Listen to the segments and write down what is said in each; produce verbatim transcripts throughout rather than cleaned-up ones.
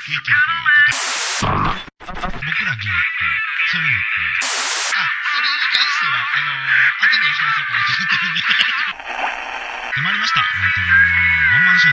僕らゲイって、そういうのって、あ、それに関しては、あのー、後で話そうかなと思ってるんで。決まりました。ワンタロウのワンワンワンマンショ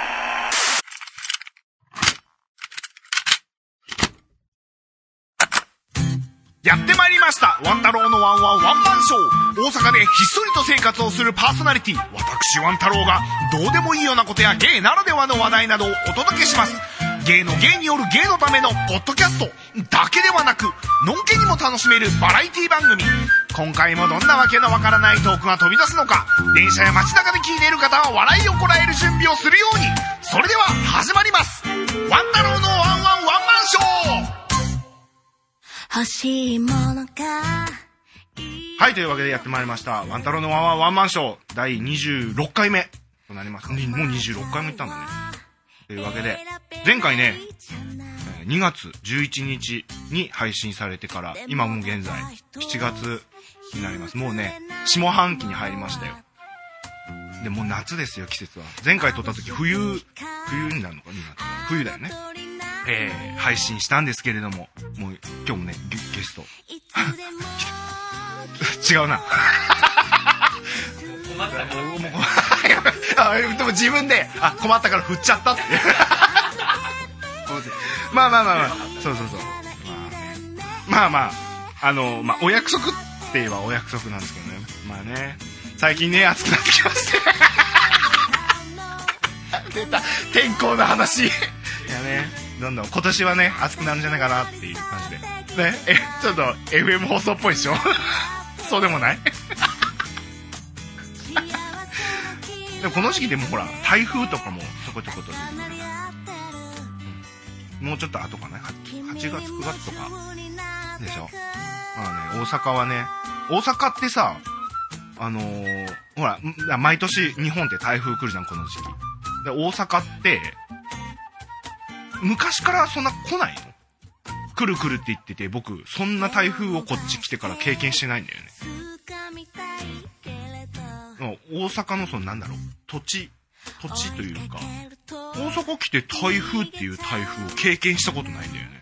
ー。やってまいりました。ワンタロウのワンワンワンマンショー。大阪でひっそりと生活をするパーソナリティ、私ワンタロウが、どうでもいいようなことやゲイならではの話題などをお届けします。ゲイのゲイによるゲイのためのポッドキャストだけではなく、のんけにも楽しめるバラエティ番組。今回もどんなわけのわからないトークが飛び出すのか、電車や街中で聞いている方は笑いをこらえる準備をするように。それでは始まります。ワンタロウのワンワンワンマンショー。欲しいものか。はい、というわけでやってまいりましたワンタロウのワンワンワンマンショーだいにじゅうろっかいめとなります。もうにじゅうろっかいも行ったんだね。というわけで、前回ね、にがつじゅういちにちに配信されてから、今もう現在、しちがつになります。もうね、下半期に入りましたよ。で、もう夏ですよ、季節は。前回撮った時、冬、冬になるのか、にがつは。冬だよね。えー、配信したんですけれども、もう今日もね、ゲ, ゲスト。違うな。困ったから。でも自分で、あ、困ったから振っちゃったって。まあまあまあまあ、そうそうそう。まあまあ、あの、まあお約束って言えばお約束なんですけどね。まあね、最近ね、暑くなってきまして。出た、天候の話。いやね、どんどん今年はね、暑くなるんじゃないかなっていう感じで。ね、え、ちょっと エフエム 放送っぽいでしょ。そうでもない。でもこの時期でもほら、台風とかもちょこちょこと出てくる、うん、もうちょっと後かな、はちがつくがつとかでしょ。まあね、大阪はね、大阪ってさ、あのー、ほら、毎年日本って台風来るじゃん、この時期で。大阪って昔からそんな来ないの？来る来るって言ってて、僕そんな台風をこっち来てから経験してないんだよね。大阪のそのなんだろう、土地土地というか、大阪来て台風っていう台風を経験したことないんだよね。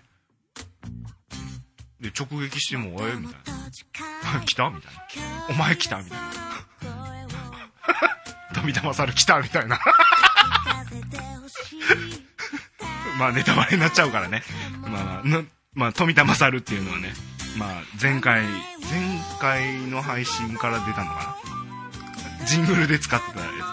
で直撃してもえみたいな来たみたいな、お前来たみたいな富田勝来たみたいなまあネタバレになっちゃうからね。まあな、まあ富田勝っていうのはね、まあ前回前回の配信から出たのかな、ジングルで使ってたやつですね。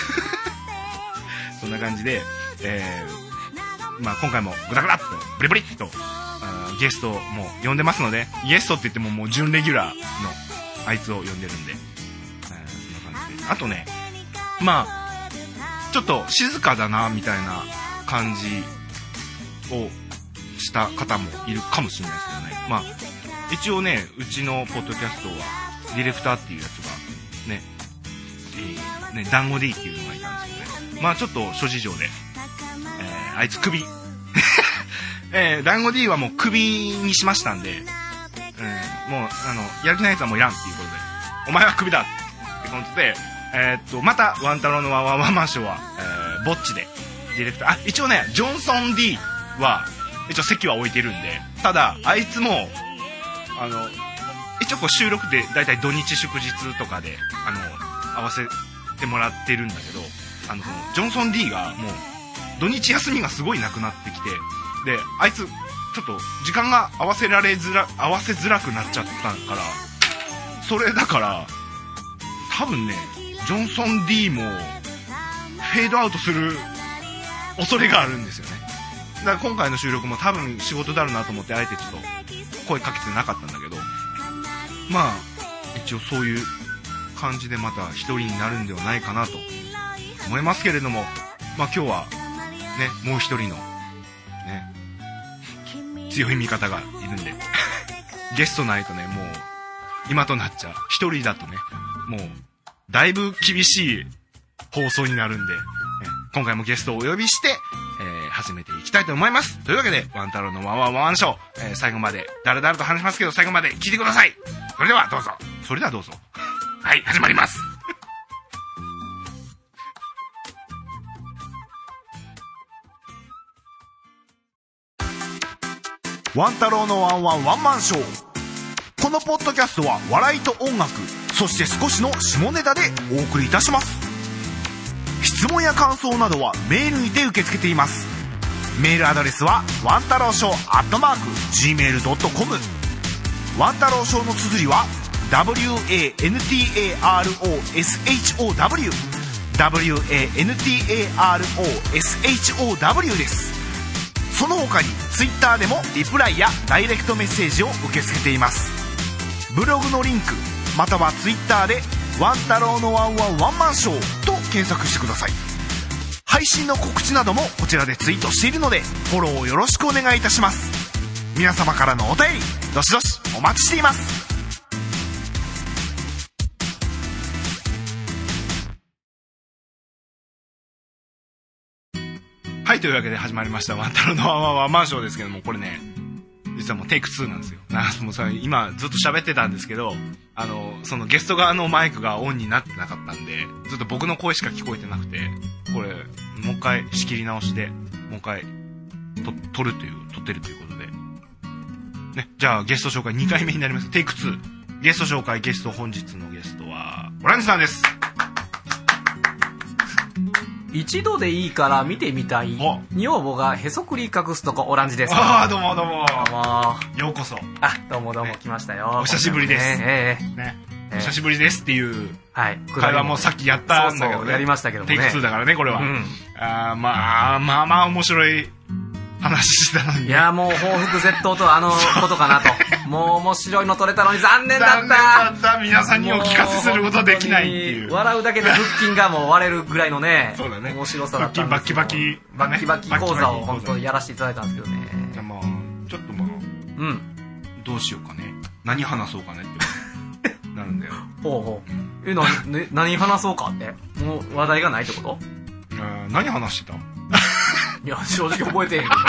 そんな感じで、えー、まあ今回もグダグダっとブリブリっとゲストも呼んでますので、ゲストって言ってももう準レギュラーのあいつを呼んでるんで、えー、そんな感じで、あとね、まあちょっと静かだなみたいな感じをした方もいるかもしれないですけどね。まあ一応ね、うちのポッドキャストはディレクターっていうやつがね、えー、ね、団子 D っていうのがいたんですけどね、まあちょっと諸事情で、えー、あいつクビえー、団子 D はもうクビにしましたんで、うん、もうあのやる気ないやつはもういらんっていうことで、お前はクビだってことで、えー、っとまたワンタロウのワンワンワンマンショーは、えー、ぼっちでディレクター、あ、一応ね、ジョンソン D は一応席は置いてるんで、ただあいつもあの一応こう収録でだいたい土日祝日とかであの合わせてもらってるんだけど、あのジョンソン D がもう土日休みがすごいなくなってきて、であいつちょっと時間が合わせられづら合わせづらくなっちゃったから、それだから多分ね、ジョンソン D もフェードアウトする恐れがあるんですよね。だから今回の収録も多分仕事だろうなと思ってあえてちょっと声かけてなかったんだけど、まあ一応そういう感じでまた一人になるんではないかなと思いますけれども、まあ今日はね、もう一人のね、強い味方がいるんでゲストないとね、もう今となっちゃ一人だとね、もうだいぶ厳しい放送になるんで、今回もゲストをお呼びして、えー、始めていきたいと思います。というわけでワンタロウのワンワンワンショー、えー、最後までだらだらと話しますけど最後まで聞いてください。それではどうぞ。それではどうぞ。はい、始まります。 ワン太郎のワンワンワンマンショー。このポッドキャストは笑いと音楽、そして少しの下ネタでお送りいたします。質問や感想などはメールにて受け付けています。メールアドレスはワン太郎ショーアットマーク ジーメールドットコム。 ワン太郎ショーの綴りは ダブリューエーエヌティーエーアールオーエスエイチオーダブリュー ダブリューエーエヌティーエーアールオーエスエイチオーダブリュー です。その他に Twitter でもリプライやダイレクトメッセージを受け付けています。ブログのリンクまたは Twitter でワン太郎のワンワンワンマンショーと検索してください。配信の告知などもこちらでツイートしているのでフォローをよろしくお願いいたします。皆様からのお便りどしどしお待ちしています。はい、というわけで始まりましたワン太郎のワンワンワンマンショーですけども、これね実はもうテイクツーなんですよ。もうさ今ずっと喋ってたんですけど、あのそのゲスト側のマイクがオンになってなかったんでずっと僕の声しか聞こえてなくて、これもう一回仕切り直しでもう一回と撮るという撮ってるということでね。じゃあゲスト紹介にかいめになります。テイクツーゲスト紹介。ゲスト本日のゲストはオランジさんです。 一度でいいから見てみたい女房がへそくり隠すとこオランジです。 ああどうもどうもどうもようこそ。 あどうもどうも、ね、来ましたよ。 お久しぶりです、 ねえーねえー、お久しぶりですっていう会話もさっきやったんだけどね。 そうそうやりましたけどもね。 テイクツーだからねこれは、うん、あまあまあまあ面白い話したのに、ね、 いやもう報復絶倒とあのことかなともう面白いの撮れたのに残念だった。 残念だった。皆さんにお聞かせすることできないっていう。 笑うだけで腹筋がもう割れるぐらいのねそうだね面白さだったんですけど、 腹筋バキバキ、 バキバキ講座を本当にやらせていただいたんですけどね。 じゃあまあちょっとまあうんどうしようかね、何話そうかねってなるんだよ。 ほうほう。えな、ね、何話そうかってもう話題がないってこと？ えー、何話してた？ いや正直覚えてへんけど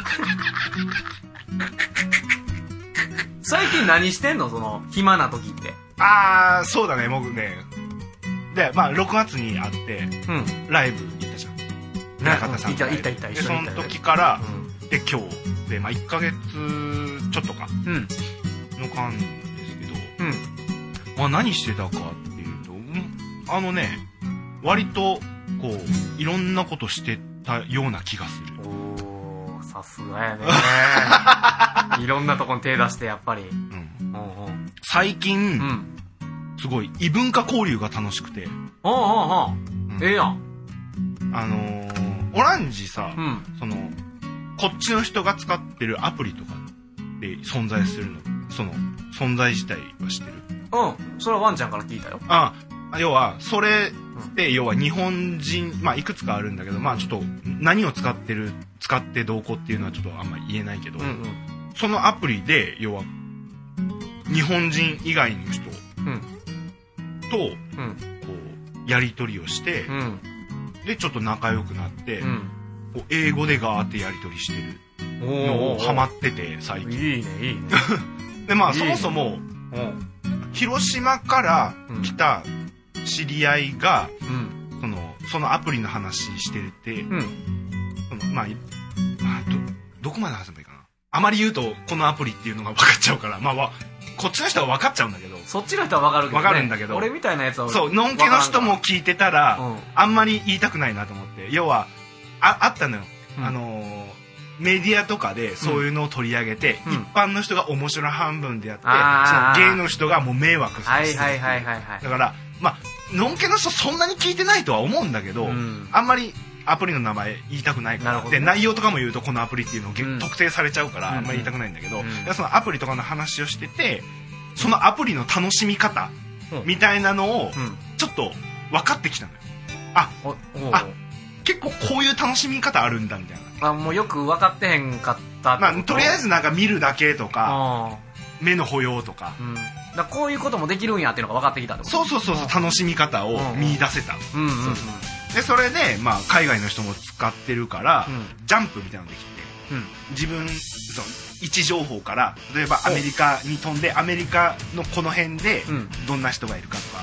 最近何してんのその暇な時って。 ああそうだね僕ねでまあろくがつに会って、 うん、 ライブ行ったじゃん中方さんと。行った行った行った。 でその時から、うん、で今日でまあいっかげつちょっとか、うん、の間ですけど、うん、まあ何してたかっていうと、うん、あのね割とこういろんなことしてたような気がする。 おーさすがやねいろんなとこに手出してやっぱり、うんおうおう最近、うん、すごい異文化交流が楽しくて。 おうおうおう、うん、ええやん。 あのー、オランジさ、うん、そのこっちの人が使ってるアプリとかで存在するの、その存在自体は知ってる？ うんそれはワンちゃんから聞いたよ。 あ要はそれで要は日本人まあいくつかあるんだけど、まあちょっと何を使ってる使ってどうこうっていうのはちょっとあんまり言えないけど、うんうん、そのアプリで要は日本人以外の人と、うん、こうやり取りをして、うん、でちょっと仲良くなって、うん、こう英語でガーってやり取りしてるのをハマってて最近。 いいねいいねでまあそもそも広島から来た知り合いが、うん、そのそのアプリの話してて、うん、そのまあ、まあ、どどこまで話せばいいかな。あまり言うとこのアプリっていうのが分かっちゃうから、まあこっちの人は分かっちゃうんだけど。 そっちの人は分かるけど、ね、 分かるんだけど、 俺みたいなやつはそうのんけの人も聞いてたら、うん、あんまり言いたくないなと思って。要は あ, あったのよ、うん、あのー、メディアとかでそういうのを取り上げて、うん、一般の人が面白半分でやって、うん、その芸の人がもう迷惑する。 はいはいはいはいはい。 だからまあのんけの人そんなに聞いてないとは思うんだけど、うん、あんまりアプリの名前言いたくないから、ね、で内容とかも言うとこのアプリっていうのを、うん、特定されちゃうからあんまり言いたくないんだけど、うん、そのアプリとかの話をしてて、そのアプリの楽しみ方みたいなのをちょっと分かってきたのよ。あ、あ結構こういう楽しみ方あるんだみたいな。 あもうよく分かってへんかったってまあとりあえずなんか見るだけとか目の保養とか、 うん、だこういうこともできるんやっていうのが分かってきたってこと。 そうそうそうそう、楽しみ方を見出せた。でそれで、まあ、海外の人も使ってるから、うん、ジャンプみたいなのできて、うん、自分その位置情報から例えばアメリカに飛んでアメリカのこの辺でどんな人がいるかとか、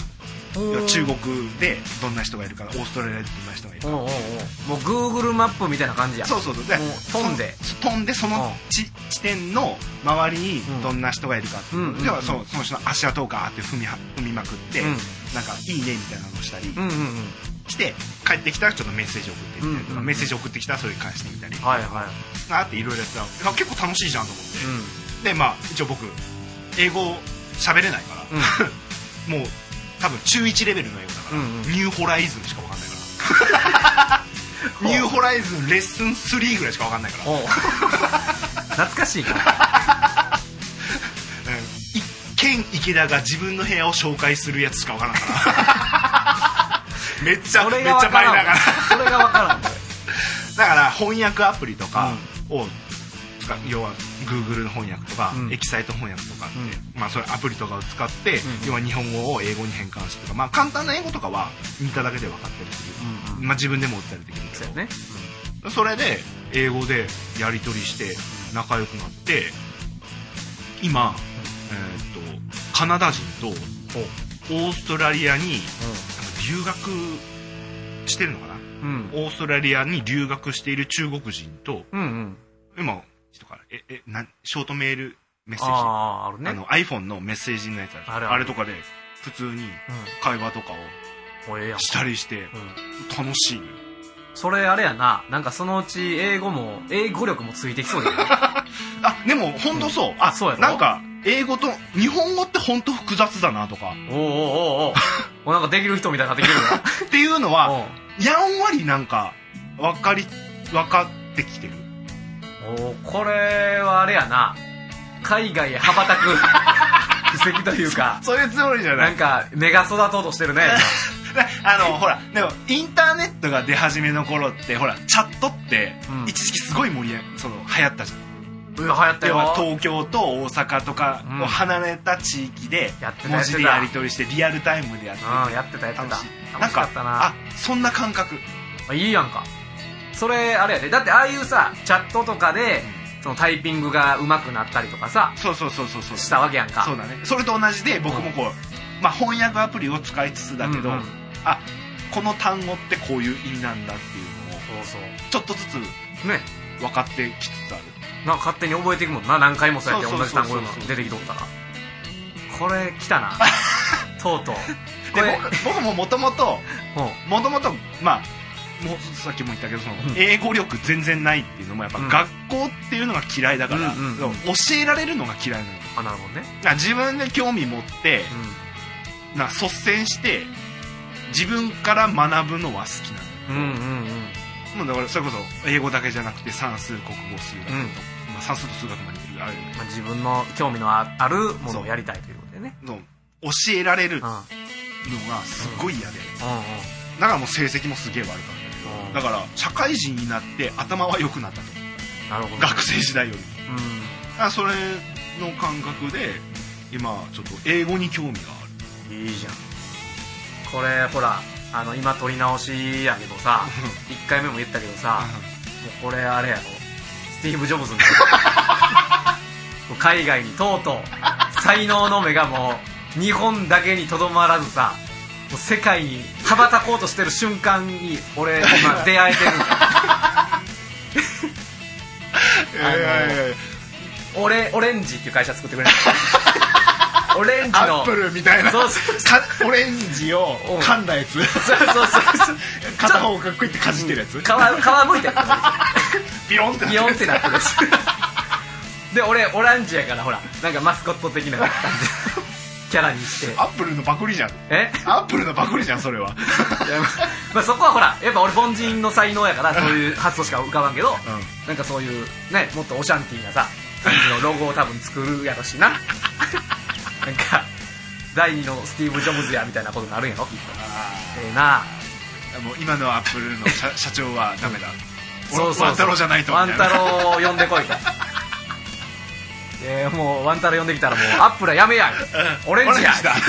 中国でどんな人がいるか、オーストラリアでどんな人がいるか、 おうおうおうもう Google マップみたいな感じや。 そうそうそう、でもう飛んで飛んでその地地点の周りにどんな人がいるかっていう、 うん、 ではそのその人の足跡をガーって踏みは踏みまくって、うん、なんかいいねみたいなのをしたり、うんうんうん、して帰ってきたらちょっとメッセージ送ってみたりとか、うんうん、メッセージ送ってきたらそれ返してみたり、はいはい、あっていろいろやってたら結構楽しいじゃんと思って、うん、でまあ一応僕英語喋れないから、うん、もう多分中いちレベルの英語だから、うんうん、ニューホライズンしか分かんないからニューホライズンレッスンスリーぐらいしか分かんないから懐かしいからケン池田が自分の部屋を紹介するやつしか分からんからめっちゃめっちゃマイナーがそれが分からんだから翻訳アプリとかを使う、うん、要は Google の翻訳とか、うん、エキサイト翻訳とかって、うん、まあそういうアプリとかを使って、うん、要は日本語を英語に変換してとか、まあ簡単な英語とかは見ただけで分かったりする、うんうん、まあ自分でも打ったりできるんだけど、ねうん、それで英語でやり取りして仲良くなって今、うんえー、っとカナダ人とオーストラリアに、うん、留学してるのかな、うん、オーストラリアに留学している中国人と、うんうん、今人からええなんショートメールメッセージ あ, あ, る、ね、あの iPhone のメッセージのやつある あ, れあれとかで普通に会話とかをしたりして楽しい、うん、 それあれやな、なんかそのうち英語も英語力もついてきそうだよねあでも本当そう、うん、あそうやろなんか英語と日本語って本当複雑だなとかおおおおおなんかできる人みたいになってきてるっていうのはやんわりなんか分かり分かってきてる。 おこれはあれやな、海外へ羽ばたく布石というかそ, そういうつもりじゃない、 なんか目が育とうとしてるねあのほらでもインターネットが出始めの頃ってほらチャットって一時期すごい盛り上がその流行ったじゃん、 うん、流行ったよ。 東京と大阪とかを離れた地域で文字でやり取りしてリアルタイムでやってた、 うん、やってたやってた楽しなんかあそんな感覚いいやんか。それあれやで、だってああいうさチャットとかでそのタイピングが上手くなったりとかさそうそうそうそうそうしたわけやんか。 そうだね。それと同じで僕もこう、うんまあ、翻訳アプリを使いつつだけど、うんうん、あこの単語ってこういう意味なんだっていうのをそうそうちょっとずつね分かってきつつある。 なんか勝手に覚えていくもんな、何回もそうやって同じ単語が出てきとったらこれ来たなとうとうこれ僕, 僕ももともともともとまあもうさっきも言ったけどその、うん、英語力全然ないっていうのもやっぱ、うん、学校っていうのが嫌いだから、うんうんうん、教えられるのが嫌いなの。 あなるほどね。 自分で興味持って、うん、な率先して自分から学ぶのは好きなの、うんうんうんもうだからそれこそ英語だけじゃなくて算数国語数学と、うんまあ、算数と数学までいるあれ、 まあ、自分の興味のあるものをやりたいということでね教えられるのがすごい嫌で、うんうんうん、だからもう成績もすげえ悪かったけど、うん、だから社会人になって頭は良くなったと。なるほど、ね、学生時代より、うん、だからそれの感覚で今ちょっと英語に興味がある。 いいじゃん。これほらあの今撮り直しやけどさいっかいめも言ったけどさもうこれあれやろスティーブ・ジョブズの海外にとうとう才能の目がもう日本だけにとどまらずさもう世界に羽ばたこうとしてる瞬間に俺今出会えてるあのオレ、オレンジっていう会社作ってくれるオレンジのアップルみたいなそうそうそうオレンジを噛んだやつそうそうそう片方かっこいいってかじってるやつ、 皮、皮むいたやつビヨンってなってるビヨンってなってるやつで俺オランジやからほらなんかマスコット的な感じキャラにしてアップルのパクリじゃん。えアップルのパクリじゃんそれは。いや、 まあ、そこはほらやっぱ俺凡人の才能やからそういう発想しか浮かばんけど、うん、なんかそういうねもっとオシャンティーなさ感じのロゴを多分作るやろしななんか第二のスティーブ・ジョブズやみたいなことになるんやろきっと。ええー、なあもう今のアップルの 社, 社長はダメだそうそうそうワン太郎じゃないとワン太郎を呼んでこいとえー、もうワン太郎呼んできたらもうアップルはやめや、うん、オレンジやだ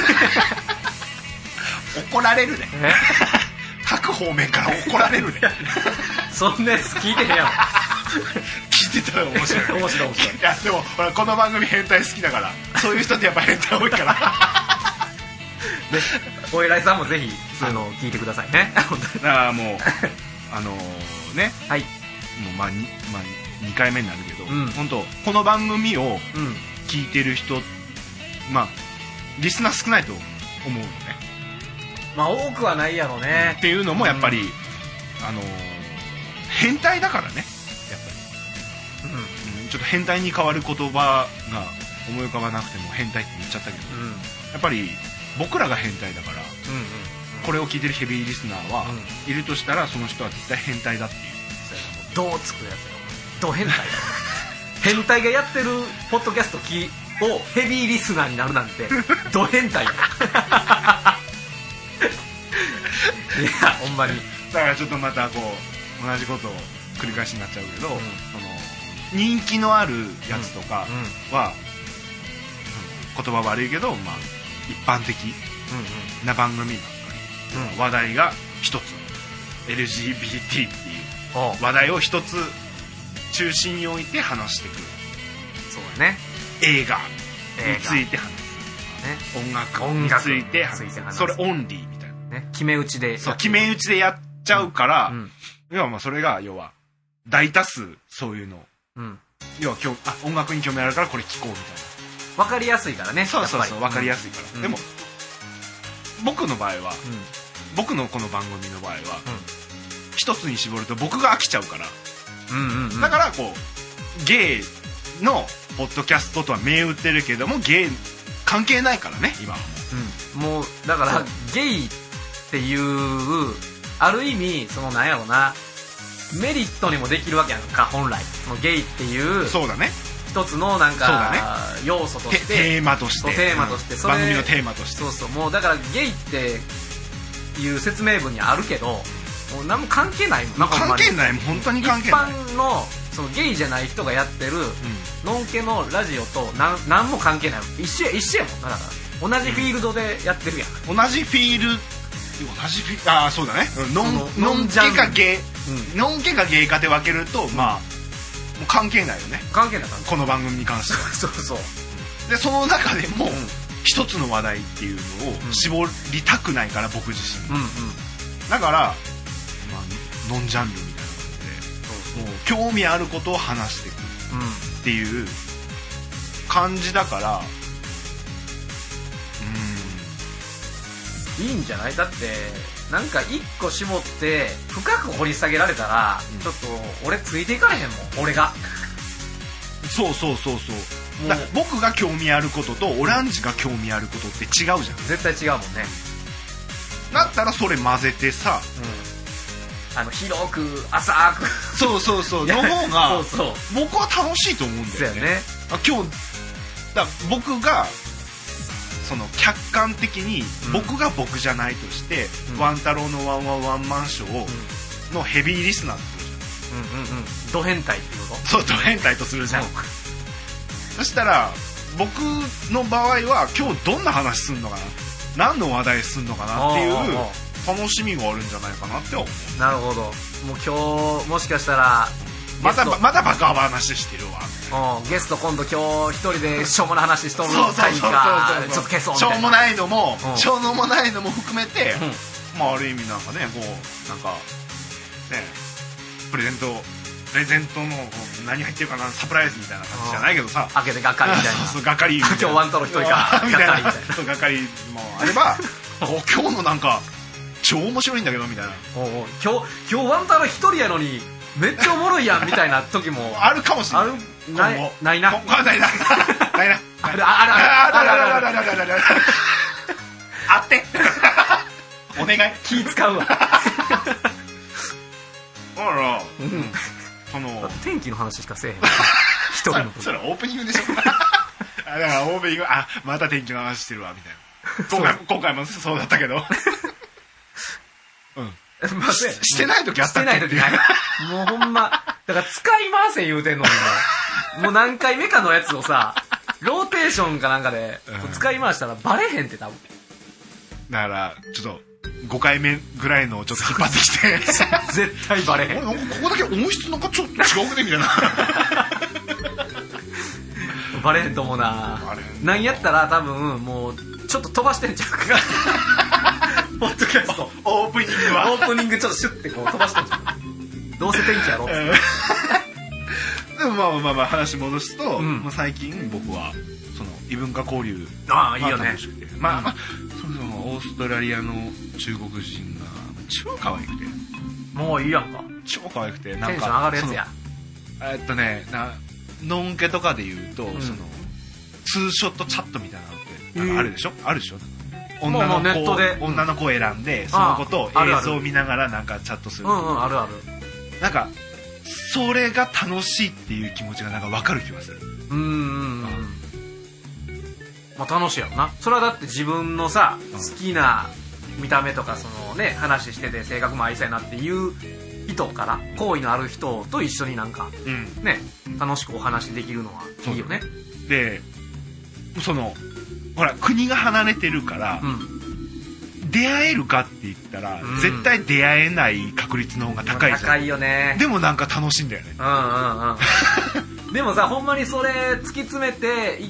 怒られるね各方面から怒られるねそんなやつ聞いてへんやろ聞いてたら面白い面白い面白い。 いやでもほらこの番組変態好きだからそういう人ってやっぱ変態多いからねお偉いさんもぜひそういうのを聞いてくださいね。 だからもうあのー、ね、 はい、 もうまあ 2, まあにかいめになるけど、うん、本当この番組を聞いてる人、うん、まあリスナー少ないと思うのね。 まあ多くはないやろね、 うん、っていうのもやっぱり、うん、あのー、変態だからね、やっぱり、うんうん、ちょっと変態に変わる言葉が思い浮かばなくても変態って言っちゃったけど、うん、やっぱり僕らが変態だから、うんうんうん、これを聞いてるヘビーリスナーは、うん、いるとしたらその人は絶対変態だっていう。 どうつくやつよ、ど変態だ変態がやってるポッドキャストをヘビーリスナーになるなんてど変態やいやほんまにだからちょっとまたこう同じことを繰り返しになっちゃうけど、うん、その人気のあるやつとかは、うんうん、言葉悪いけど、まあ、一般的な番組ばっかり、うん、話題が一つ エルジービーティー っていう話題を一つ中心に置いて話してくる。 そうだね。 映画について話す、ね、音楽について話す、それオンリーみたいな、 ね、決め打ちでそう決め打ちでやっちゃうから、うんうん、要はまあそれが要は大多数そういうの、うん、要は今日あ音楽に興味あるからこれ聴こうみたいな、分かりやすいからね。 そうそうそう、分かりやすいから、うん、でも僕の場合は、うん、僕のこの番組の場合は、うん、一つに絞ると僕が飽きちゃうから、うんうんうん、だからこうゲイのポッドキャストとは銘打ってるけどもゲイ関係ないからね今は、 うん、もうだからゲイっていうある意味そのなんやろなメリットにもできるわけやんか本来そのゲイっていうそうだね一つのなんか、ね、要素としてテーマとしてテーマとして、うん、それ番組のテーマとしてそうそうもうだからゲイっていう説明文にあるけどもう何も関係ないもんな。 関係ないもん本当に関係ない。 一般のそのゲイじゃない人がやってる、うん、ノンケのラジオと何何も関係ない一緒や一緒やもんな。だから同じフィールドでやってるやん、 うん、同じフィール同じフィああそうだねノンノンケかゲイ、うん、ノンケかゲイかで分けると、うん、まあもう関係ないよね。 関係ないこの番組に関してはそうそうでその中でも、うん、一つの話題っていうのを絞りたくないから、僕自身、うんうん、だから、まあ、ノンジャンルみたいな感じでもう興味あることを話していくっていう感じだから、 うん、いいんじゃない。だってなんか一個絞って深く掘り下げられたら、うん、ちょっと俺ついていかれへんもん俺が。 そうそうそうそうだ僕が興味あることとオランジが興味あることって違うじゃん。 絶対違うもんね。 だったらそれ混ぜてさ、 うん、あの広く浅くそうそうそうの方がそうそう僕は楽しいと思うんだよ ね, ねあ今日だ僕がその客観的に僕が僕じゃないとして、うん、ワン太郎のワンワンワンマンショーのヘビーリスナーってことじゃん、うんうんうん、ド変態っていうこと。 そうド変態とするじゃん、うん、そしたら僕の場合は今日どんな話すんのかな何の話題すんのかなっていう楽しみがあるんじゃないかなって思う。 なるほど。もう今日もしかしたらまたまたバカ話してるわ。 ゲスト今度今日一人でしょうもない話しとる回かちょっと消そうみたいな。 しょうもないのも、うん、しょうもないのも含めて、うん、まあある意味なんかねこうなんかねプレゼントプレゼントの何入ってるかなサプライズみたいな感じじゃないけどさ開けてがっかりみたいなそうがっかり今日ワン太郎一人かみたいなそうがっかりもあれば今日のなんか超面白いんだけどみたいなおうおう今日今日ワン太郎一人やのにめっちゃおもろいやんみたいな時もあるかもしれない。あるないないな。 ないな。ないな。 あるあるあるあるあるあるあるあるあるあってお願い気使うわ。だからその天気の話しかせえへん。一人のそれオープニングでしょ。だからオープニングあまた天気の話してるわみたいな。今回今回もそうだったけど。うん。まあ、し, してない時あったっけ。 してない時ないもうほんまだから使い回せん言うてんのにももう何回目かのやつをさローテーションかなんかで使い回したらバレへんって多分。 だからちょっとごかいめぐらいのをちょっと引っ張ってきて絶対バレへん。 なんかここだけ音質なんかちょっと違うくねみたいなバレへんと思うな。なんやったら多分もうちょっと飛ばしてんちゃうかポッドキャストオープニングはオープニングちょっとシュッてこう飛ばしてんじゃん。どうせ天気やろって。 でもまあまあまあ話戻すと、 うん、 まあ、最近僕はその異文化交流ああいいよね。 まあまあそもそもオーストラリアの中国人が超可愛くて、 もういいやんか。 超可愛くて、なんかテンション上がるやつや。 えっとねなのんけとかで言うと、うん、そのツーショットチャットみたいなのってなんかあるでしょ、あるでしょ。女の子、 ネットで女の子を選んで、その子と映像を見ながらなんかチャットする。 うんうん、あるある。 なんかそれが楽しいっていう気持ちがなんか分かる気がする。 うんうんうん、まあ楽しいやろな。それはだって自分のさ、好きな見た目とかそのね話してて性格も愛さいなっていう人から好意のある人と一緒になんか、うん、ね楽しくお話できるのはいいよね。 でそのほら国が離れてるから、うん、出会えるかって言ったら、うん、絶対出会えない確率の方が高いじゃん。 高いよね。 でもなんか楽しいんだよね。 うんうんうんでもさほんまにそれ突き詰めていって、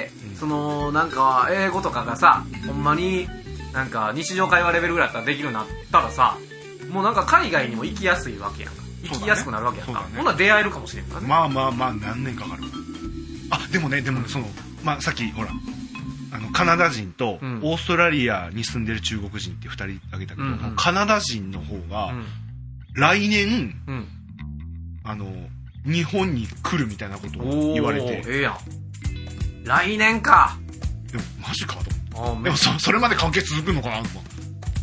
うん、そのなんか英語とかがさほんまになんか日常会話レベルぐらいだったらできるようになったらさもうなんか海外にも行きやすいわけやんか。行きやすくなるわけやんか。ほんなら出会えるかもしれんからね。 まあまあまあ何年かかる。あでもねでもねそのまあさっきほらあのカナダ人とオーストラリアに住んでる中国人ってふたり挙げたけど、うんうん、カナダ人の方が来年、うん、あの日本に来るみたいなことを言われて。 ええやん。来年か。 でもマジかと思って。でも そ, それまで関係続くのかなと思って。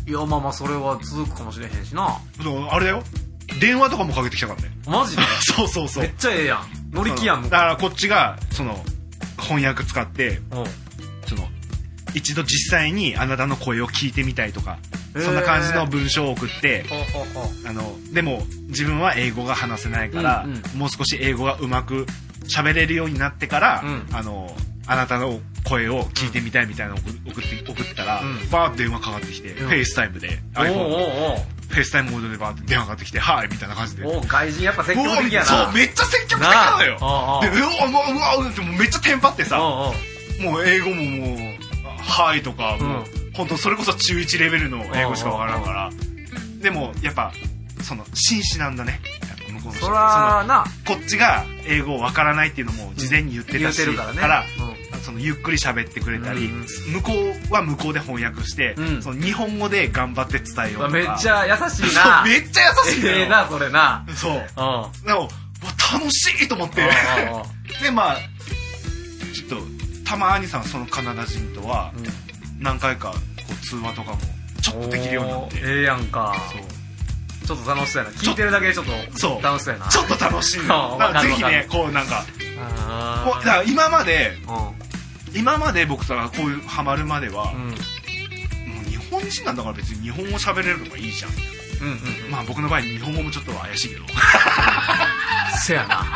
いやまあまあそれは続くかもしれへんしな。 あれだよ電話とかもかけてきたからね。 マジでそうそうそう。 めっちゃええやん。乗り気やん。 だからこっちがその翻訳使ってその一度実際にあなたの声を聞いてみたいとか、えー、そんな感じの文章を送って、あのでも自分は英語が話せないから、うんうん、もう少し英語がうまく喋れるようになってから、うん、あのあなたの声を聞いてみたいみたいなのを送って送ったら、うん、バーって電話かかってきて、うん、フェイスタイムで iPhone フェイスタイムモードでバーって電話かかってきてはいみたいな感じで。 お外人やっぱ積極的やな。 そうめっちゃ積極的なのよ。でうわうわうわってめっちゃテンパってさ、もう英語ももうはいとかもう、うん、本当それこそ中いちレベルの英語しかわからんから。でもやっぱその紳士なんだね。向こうの人。 そらな。 こっちが英語わからないっていうのも事前に言ってたし、 うん、言ってるからね。 から、うん、そのゆっくり喋ってくれたり、うんうん、向こうは向こうで翻訳して、うん、その日本語で頑張って伝えようとか。 めっちゃ優しいな。 めっちゃ優しいね。 ええなそれな。 そう。うん、でも楽しいと思って。でまあちょっと。たまにさそのカナダ人とは何回かこう通話とかもちょっとできるようになって。 ええやんか。そうちょっと楽しそうやな。聞いてるだけでちょっと楽しそうやな。 ちょっと楽しいの。だからぜひねこうなんかもうだから今まで、うん、今まで僕さこういうハマるまでは、うん、もう日本人なんだから別に日本語喋れるのがいいじゃん。うんうんうん、まあ僕の場合日本語もちょっと怪しいけど。 せやな。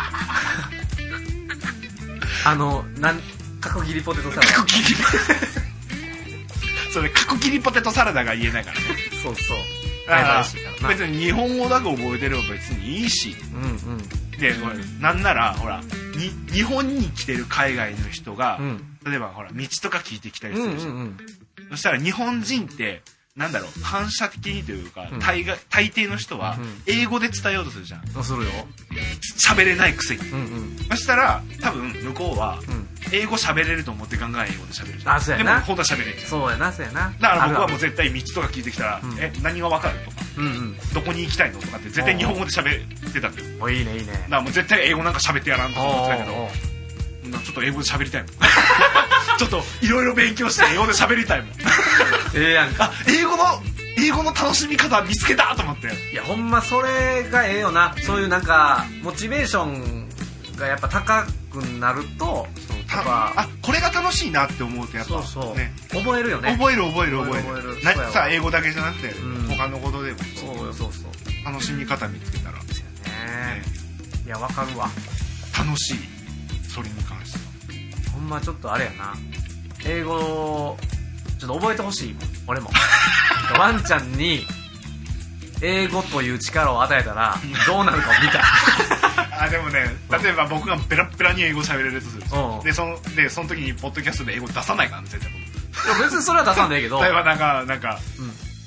あのなん角切りポテトサラダ。角切りそれ角切りポテトサラダが言えないからね。 そうそうだから別に日本語だけ覚えてれば別にいいし、うんうん、でなんならほらに日本に来てる海外の人が、うん、例えばほら道とか聞いてきたりするじゃん、うんうんうん、そしたら日本人ってなんだろう反射的にというか、うん、大, 大抵の人は英語で伝えようとするじゃん。 うん、するよ。 喋れないくせに、うんうん、そしたら多分向こうは英語喋れると思ってガンガン英語で喋るじゃん。 あ、そうやな。 でも本当は喋れるじゃん。 そうやなそうやな。 だから僕はもう絶対道とか聞いてきたら、うん、え何が分かるとか、うんうん、どこに行きたいのとかって絶対日本語で喋ってたんだよ。 おいいねいいね。 だからもう絶対英語なんか喋ってやらんと思ってたけど、ちょっと英語で喋りたいもん。ちょっといろいろ勉強して英語で喋りたいもん。 ええやんか。 あ英語の英語の楽しみ方見つけたと思って。 いやほんまそれがええよな。そういうなんかモチベーションがやっぱ高くなるとやっぱあこれが楽しいなって思うとやっぱそうそう、ね、 覚えるよね。 覚える覚える覚える覚える覚える。さあ英語だけじゃなくて、うん、他のことでもそうよそうそう楽しみ方見つけたらですよね。 ねいやわかるわ。 楽しい。それに関してはほんまちょっとあれやな英語ちょっと覚えてほしいもん俺も。ワンちゃんに英語という力を与えたらどうなるかを見たい。 あでもね例えば僕がペラペラに英語喋れるとするでそのでその時にポッドキャストで英語出さないからね絶対僕。 いや別にそれは出さんでいいけど例えばなんかなんか、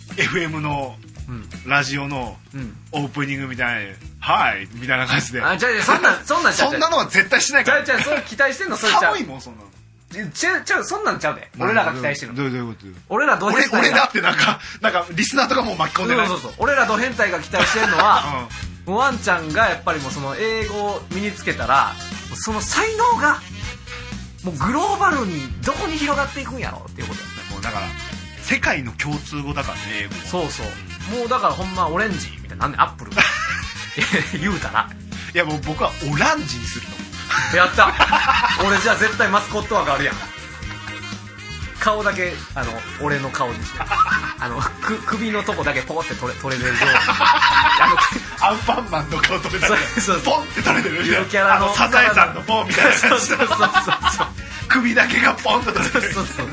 エフエム のラジオのオープニングみたいな「はい」みたいな感じで、 あ、じゃあそんなそんなんちゃうそんなのは絶対しないから。 じゃあじゃあそれ期待してんのそれちゃう。 寒いもんそんなの。 ちゃうちゃうそんなんちゃうで。俺らが期待してるの。 どういうこと？ 俺らド変態が。 俺俺だってなんかなんかリスナーとかも巻き込んでない。 そうそうそう。俺らド変態が期待してるのは、もうワンちゃんがやっぱりもうその英語を身につけたら、その才能がもうグローバルにどこに広がっていくんやろっていうことだね。 もうだから世界の共通語だからね、英語は。 そうそう。もうだからほんまオレンジみたいな、なんでアップル言うたら、 いやもう僕はオランジにするの。 やった俺じゃあ絶対マスコット枠あるやん。顔だけあの俺の顔にしてあのく首のとこだけポコって取れ取れるようにアンパンマンの顔取れたらポンって取れてるゆるキャラのサザエさんのポンみたいなそうそうそうそう首だけがポンと取れてる。 そうそう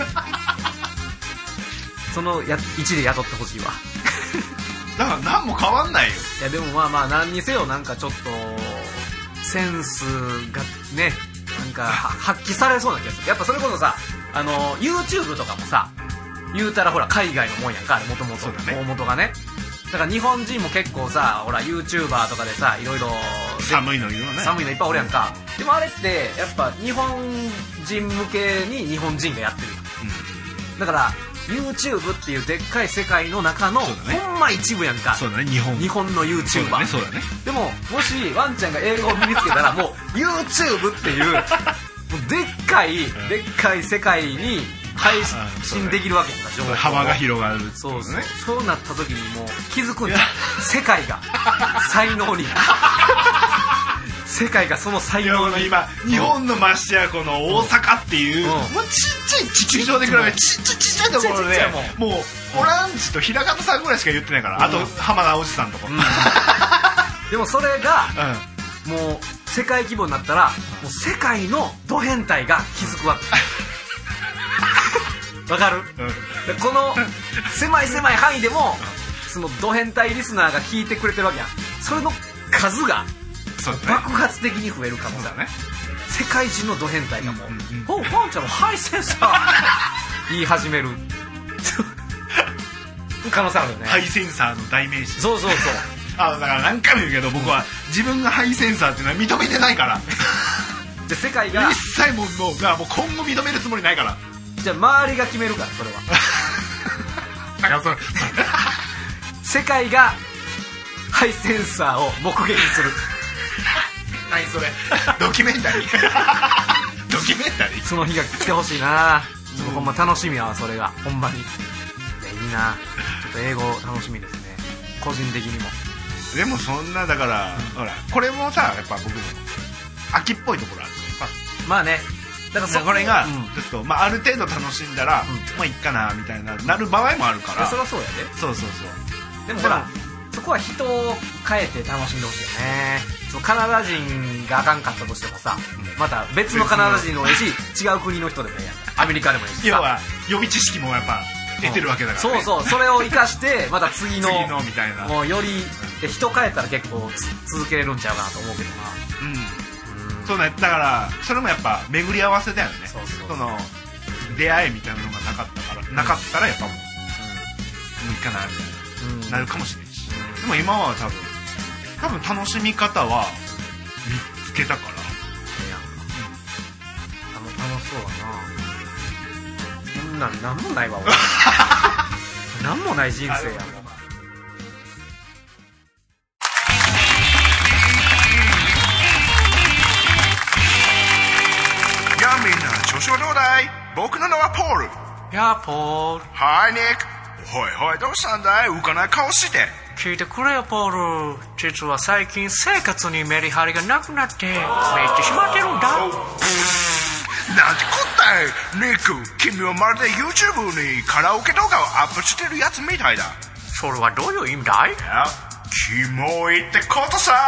そのや位置で雇ってほしいわ。 だから何も変わんないよ。 いやでもまあまあ何にせよなんかちょっとセンスがねなんか発揮されそうな気がする。やっぱそれこそさあの YouTube とかもさ言うたらほら海外のもんやんか、あれもともと大元がね。だから日本人も結構さほら YouTuber とかでさいろいろ寒いのいるのね。 寒いのいっぱいおるやんか。でもあれってやっぱ日本人向けに日本人がやってるやん、うん、だから YouTube っていうでっかい世界の中の、ね、ほんま一部やんか。 そうだね、日本日本の YouTuber。 そうだね、 そうだね。 でももしワンちゃんが英語を身につけたらもう YouTube っていうもうでっかいでっかい世界に配信できるわけやんか、情報幅が広がる、ね、 そうそう、そうなった時にもう気づくんだ世界が才能に世界がその才能に。 今日本のましてやこの大阪っていう、うん、もうちっちゃい地球上で比べてちっちゃいちっちゃいところでもうオランジと平方さんぐらいしか言ってないから、うん、あと浜田おじさんとか、うん、 でもそれが、うん、もう世界規模になったらもう世界のド変態が気づくわけわかる、うん、この狭い狭い範囲でもそのド変態リスナーが聞いてくれてるわけやん。それの数が爆発的に増えるかもだね。世界中のド変態がもう「おうワンちゃんのハイセンサー」言い始める可能性あるよね。 ハイセンサーの代名詞。 そうそうそうあだから何回も言うけど僕は自分がハイセンサーっていうのは認めてないからじゃあ世界が一切もうもうもう今後認めるつもりないから。 じゃあ周りが決めるからそれはだからそれ世界がハイセンサーを目撃する何それドキュメンタリードキュメンタリー。 その日が来てほしいな、うん、ほんま楽しみやわそれがほんまに。いやいいな、ちょっと英語楽しみですね個人的にも。 でもそんなだから、うん、ほらこれもさやっぱ僕も秋っぽいところあるからさ。 まあね、だからそこれがちょっと、うんまあ、ある程度楽しんだら、うん、まあいっかなみたいななる場合もあるから。 そりゃそうやで。 そうそうそう。 でもほらそこは人を変えて楽しんでほしいよね。そうカナダ人があかんかったとしてもさ、うん、また別のカナダ人のもいいし違う国の人でもいいやん。アメリカでもいいしさ。 要は予備知識もやっぱ得てるわけだから、ね、 そうそう、それを生かしてまた次の次のみたいなもうよりで人変えたら結構続けれるんちゃうかなと思うけどな。 うん、うん、そうね。だからそれもやっぱ巡り合わせだよね。そうそう、その出会いみたいなのがなかったから、うん、なかったらやっぱもう、うん、もういいかなみたいな、うん、なるかもしれないし、うん、でも今は多分多分楽しみ方は見つけたから。いや、 うん、楽しそうだな。そんなんなんもないわ俺なんもない人生やもん。やみんな調子はどうだい？僕の名はポール。 やあポール。 はいニック。ほいほいどうしたんだい？浮かない顔して。 聞いてくれよポール。実は最近生活にメリハリがなくなってめっちゃしまってるんだ。 なんてこったいニック。君はまるで YouTube にカラオケ動画をアップしてるやつみたいだ。 それはどういう意味だい？いやキモいってことさ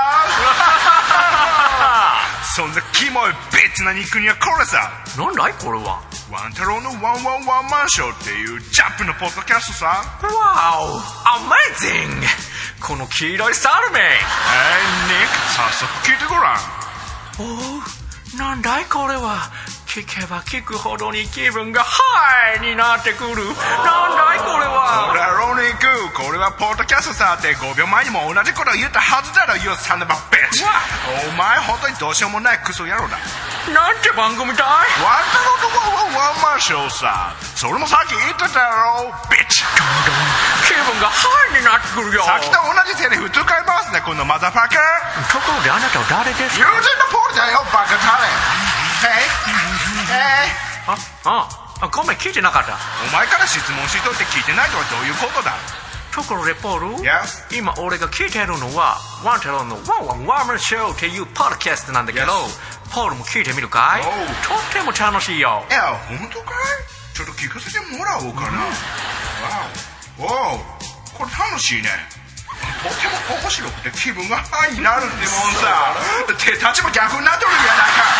そんなキモいベッチな肉にはこれさ。 なんだいこれは？ ワン太郎のワンワンワンマンショーっていうジャンプのポッドキャストさ。 わおアメージング。この黄色いサルメ。えー、ニック早速聞いてごらん。おうなんだいこれは。 聞けば聞くほどに気分がハイになってくる。なんだいこれは。 これはローニング、これはポッドキャストさってごびょうまえにも同じこと言ったはずだろ、You son of a bitch。お前本当にどうしようもないクソ野郎だ。 なんて番組だい。 ワンタロのワンマンショーさ。それもさっき言ってたろ、ビッチ。 気分がハイになってくるよ。 さっきと同じセリフ使いますね、このマザーファッカー。 ところであなたは誰ですか。 友人のポールだよ、バカタレン。ええああごめん聞いてなかった。 お前から質問しとって聞いてないとはどういうことだ。 ところでポール、 yes? 今俺が聞いてるのはワンタロウのワンワンワンマンショーっていうポッドキャストなんだけど、yes. ポールも聞いてみるかい。とっても楽しいよ。 いや本当かい。ちょっと聞かせてもらおうかな、うん、わお、これ楽しいね。とても面白くて気分がハイになるんでもんさ。手立ちも逆になっとるんやないか。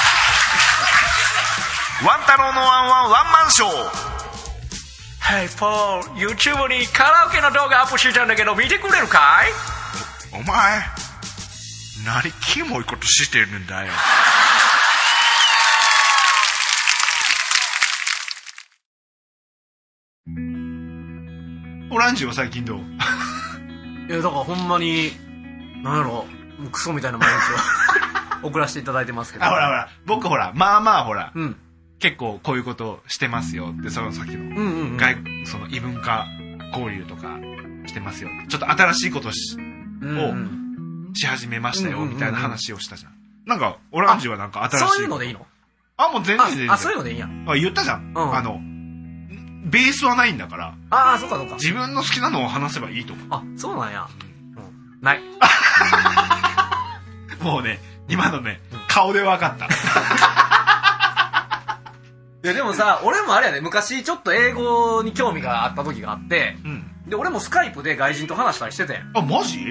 ワンタロウのワンワンワンマンショー。 Hey Paul、 YouTube にカラオケの動画アップしたんだけど見てくれるかい。 お前何キモいことしてるんだよ。オランジは最近どう？ いやだからほんまになんやろクソみたいな毎日を送らせていただいてますけど。 あほらほら僕ほらまあまあほら、 うん、結構こういうことしてますよってそのさっきの、 うんうんうん、 外その異文化交流とかしてますよ。ちょっと新しいことし、うんうん、をし始めましたよみたいな話をしたじゃん。なんかオランジはなんか新しい。 そういうのでいいの？ あもう全然全然。 あそういうのでいいんや。 あ言ったじゃん。うん、あの。ベースはないんだから。 ああ、そうかそうか。 自分の好きなのを話せばいいと思う。 あ、そうなんや。うん、ない。 もうね、今のね、うん、顔で分かった。 いやでもさ、俺もあれやね、昔ちょっと英語に興味があった時があって、うん、で、俺もスカイプで外人と話したりしてて。 あ、マジ？ うん。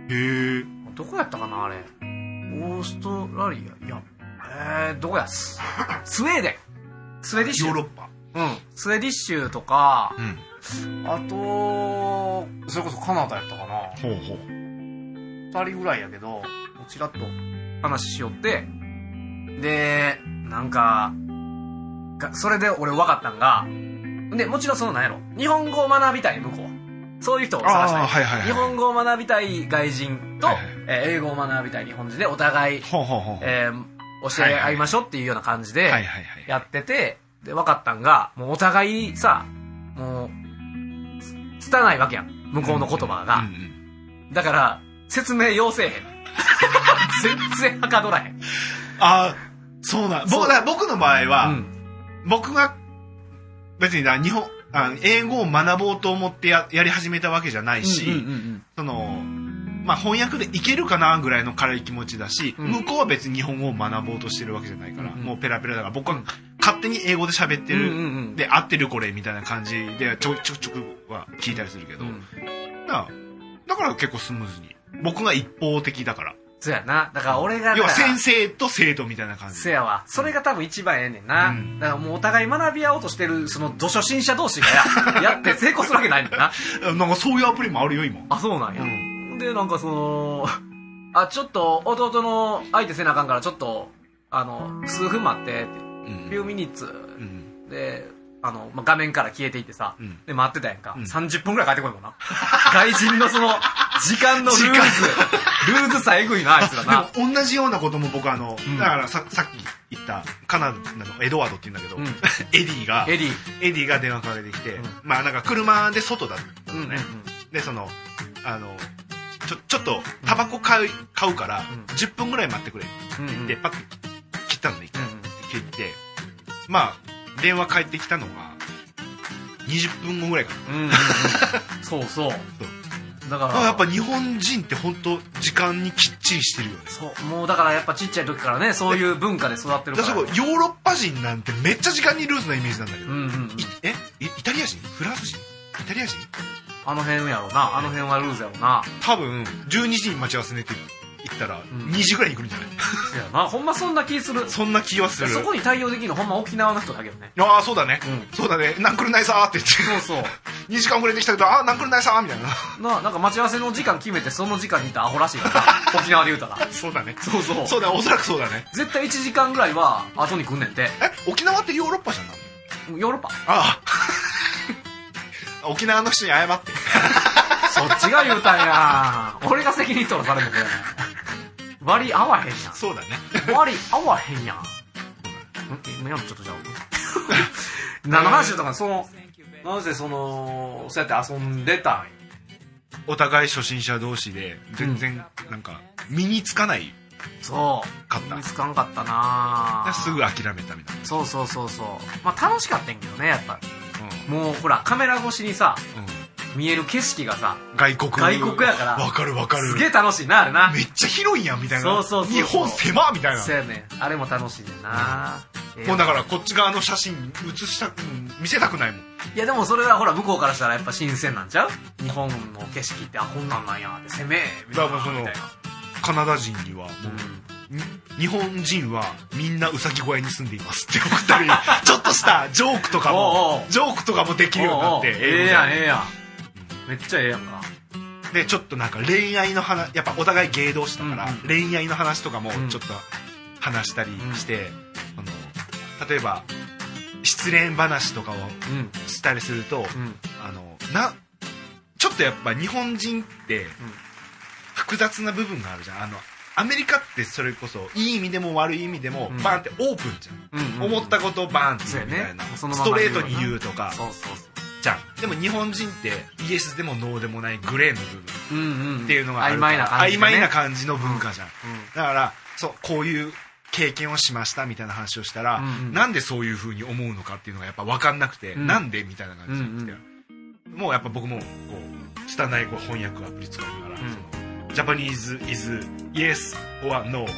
へえ。 どこやったかな、あれ。オーストラリア、いや、えー、どこやススウェーデン。スウェーディッシュ。 ヨーロッパ。 うん、スウェーディッシュとか、 うん、 あとそれこそカナダやったかな。 ほうほう。 ふたりぐらいやけどちらっと話しよってでなんかそれで俺分かったんがでもちろんそのなんやろ日本語を学びたい向こうそういう人を探したい、 はいはいはい、 日本語を学びたい外人と、はいはいえー、英語を学びたい日本人でお互いほうほうほう、 えー、教え合いましょうっていうような感じでやっててで分かったんがもうお互いさもう拙いわけやん向こうの言葉が、うんうんうん、だから説明要せえへん全然はかどらへん。 ああそうなん僕だ僕の場合は、うん、僕が別にだ日本あ英語を学ぼうと思って や, やり始めたわけじゃないし、うんうんうんうん、そのまあ翻訳でいけるかなぐらいの軽い気持ちだし、うん、向こうは別に日本語を学ぼうとしてるわけじゃないから、うんうん、もうペラペラだから僕は勝手に英語で喋ってる、うんうんうん、で合ってるこれみたいな感じでちょちょちょくは聞いたりするけど、うん、だからだから結構スムーズに僕が一方的だからそうやなだから俺が要は先生と生徒みたいな感じそうやわそれが多分一番ええねんな、うん、だからもうお互い学び合おうとしてるそのど初心者同士が や, やって成功するわけないんだななんかそういうアプリもあるよ今あそうなんや、うん、でなんかそのあちょっと弟の相手せなあかんからちょっとあの数分待ってって、うん、few minutes、うん、であの、まあ、画面から消えていってさ、うん、で待ってたやんか、うん、さんじゅっぷんぐらい帰ってこいもんな外人のその時間のルーズルーズさえぐいなあいつらなでも同じようなことも僕あの、うん、だから さ, さっき言ったカナダのエドワードって言うんだけど、うん、エディがエディエディが電話かけてきて、うん、まあなんか車で外だったのね、うんうんうん、でそのあのちょちょっとタバコ買う、買うから、うん、じゅっぷんぐらい待ってくれって言って、うんうん、パッて切ったのね、うんうん、切ってまあ電話返ってきたのがにじゅっぷんごぐらいかな、うんうんうん、 そうそうそうだからやっぱ日本人って本当時間にきっちりしてるよねそうもうだからやっぱちっちゃい時からねそういう文化で育ってるから、 だからヨーロッパ人なんてめっちゃ時間にルーズなイメージなんだけど、うんうんうん、えイタリア人フランス人イタリア人あの辺やろなあの辺はルーズやろな多分じゅうにじに待ち合わせねって行ったらにじぐらいに来るんじゃない、うん、いやなほんまそんな気するそんな気はするそこに対応できるのほんま沖縄の人だけどねああそうだね、うん、そうだねナンクルナイサーって言ってそうそうにじかん遅れてきたけど、あ、なんくるないさみたいな。 な、なんか待ち合わせの時間決めてその時間に行ったアホらしいから沖縄で言うたら。 そうだね。 そうそう。 そうだ、おそらくそうだね。 絶対いちじかんぐらいは後に来んねんて。 え、沖縄ってヨーロッパじゃんなヨーロッパ。 ああ。沖縄の人に謝って。 そっちが言うたんや。俺が責任取らされるのこれ。割り合わへんやん。 そうだね。 割り合わへんやん。今のちょっとじゃあ。何の話だったかな、その、なぜその、そうやって遊んでたん。 お互い初心者同士で、全然、なんか、身につかない。 そう。 かった。 身につかんかったなすぐ諦めたみたいな。 そうそうそうそう。まあ楽しかったんやけどね、やっぱ。うん、もうほら、カメラ越しにさ、うん、見える景色がさ、 外国。 外国やから。 わかるわかる。 すげえ楽しいな、あれな。 めっちゃ広いやん、みたいな。 そうそうそうそう。 日本狭みたいな。 そうやね。あれも楽しいねんな。 もうだからこっち側の写真写したく、見せたくないもん。 いやでもそれはほら向こうからしたらやっぱ新鮮なんちゃう？日本の景色って、あ、こんなんなんやって攻めみたいな。だからそのカナダ人にはもう、うん、日本人はみんなうさぎ小屋に住んでいますって送ったりちょっとしたジョークとかもおうおうジョークとかもできるようになって。おうおうええやんええやん、めっちゃええやんか。 でちょっとなんか恋愛の話、やっぱお互い芸同士だから、うんうん、恋愛の話とかもちょっと話したりして、うん、あの例えば失恋話とかをしたりすると、うん、あのなちょっとやっぱ日本人って複雑な部分があるじゃん。あのアメリカってそれこそいい意味でも悪い意味でもバーンってオープンじゃん、うんうん、思ったことをバーンって言うみたいな、ね、ストレートに言うとかそうそうそうじゃん。でも日本人ってイエスでもノーでもないグレーの部分っていうのがあるから、うんうん、曖昧な感じ、ね、曖昧な感じの文化じゃん、うんうん、だからそうこういう経験をしましたみたいな話をしたら、うんうん、なんでそういう風に思うのかっていうのがやっぱ分かんなくて、うん、なんでみたいな感じになって、うんうん、もうやっぱ僕もこう拙いこう翻訳アプリ使いながら、うん、そのジャパニーズ is yes or no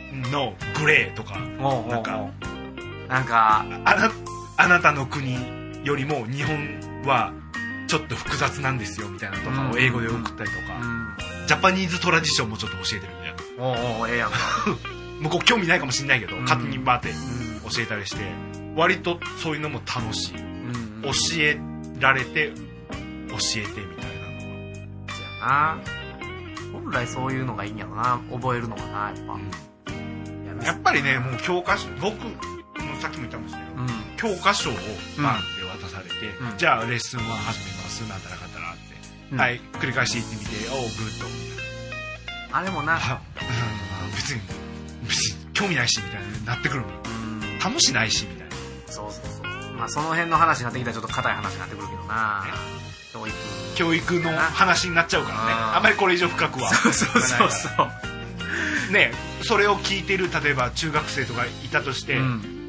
no グレーとかおうおうおうなんかなんかあな、あなたの国よりも日本はちょっと複雑なんですよみたいなとかを英語で送ったりとか、うんうん、ジャパニーズトラディションもちょっと教えてるんだよ。 おうおうええやんか向こう興味ないかもしんないけど、うん、勝手にバーって教えたりして、割とそういうのも楽しい、うん、教えられて教えてみたいなのがそうやな。本来そういうのがいいんやろな、覚えるのがな、やっぱ、 うん、やっぱりね、もう教科書、僕もさっきも言ったかもしれないけど、うん、教科書をバンって渡されて、うん、じゃあレッスンワン始めますなんたらかんたらって、うん、はい繰り返していってみて、おうグッドみたいな。 あれもな、 別に別に興味ないしみたいになってくるもん、楽しないしみたいな。 そうそうそう、まあその辺の話になってきたらちょっと硬い話になってくるけどな、ね、教育教育の話になっちゃうからね、あんまりこれ以上深くはそうそうそうそうね。それを聞いてる例えば中学生とかいたとして、うん、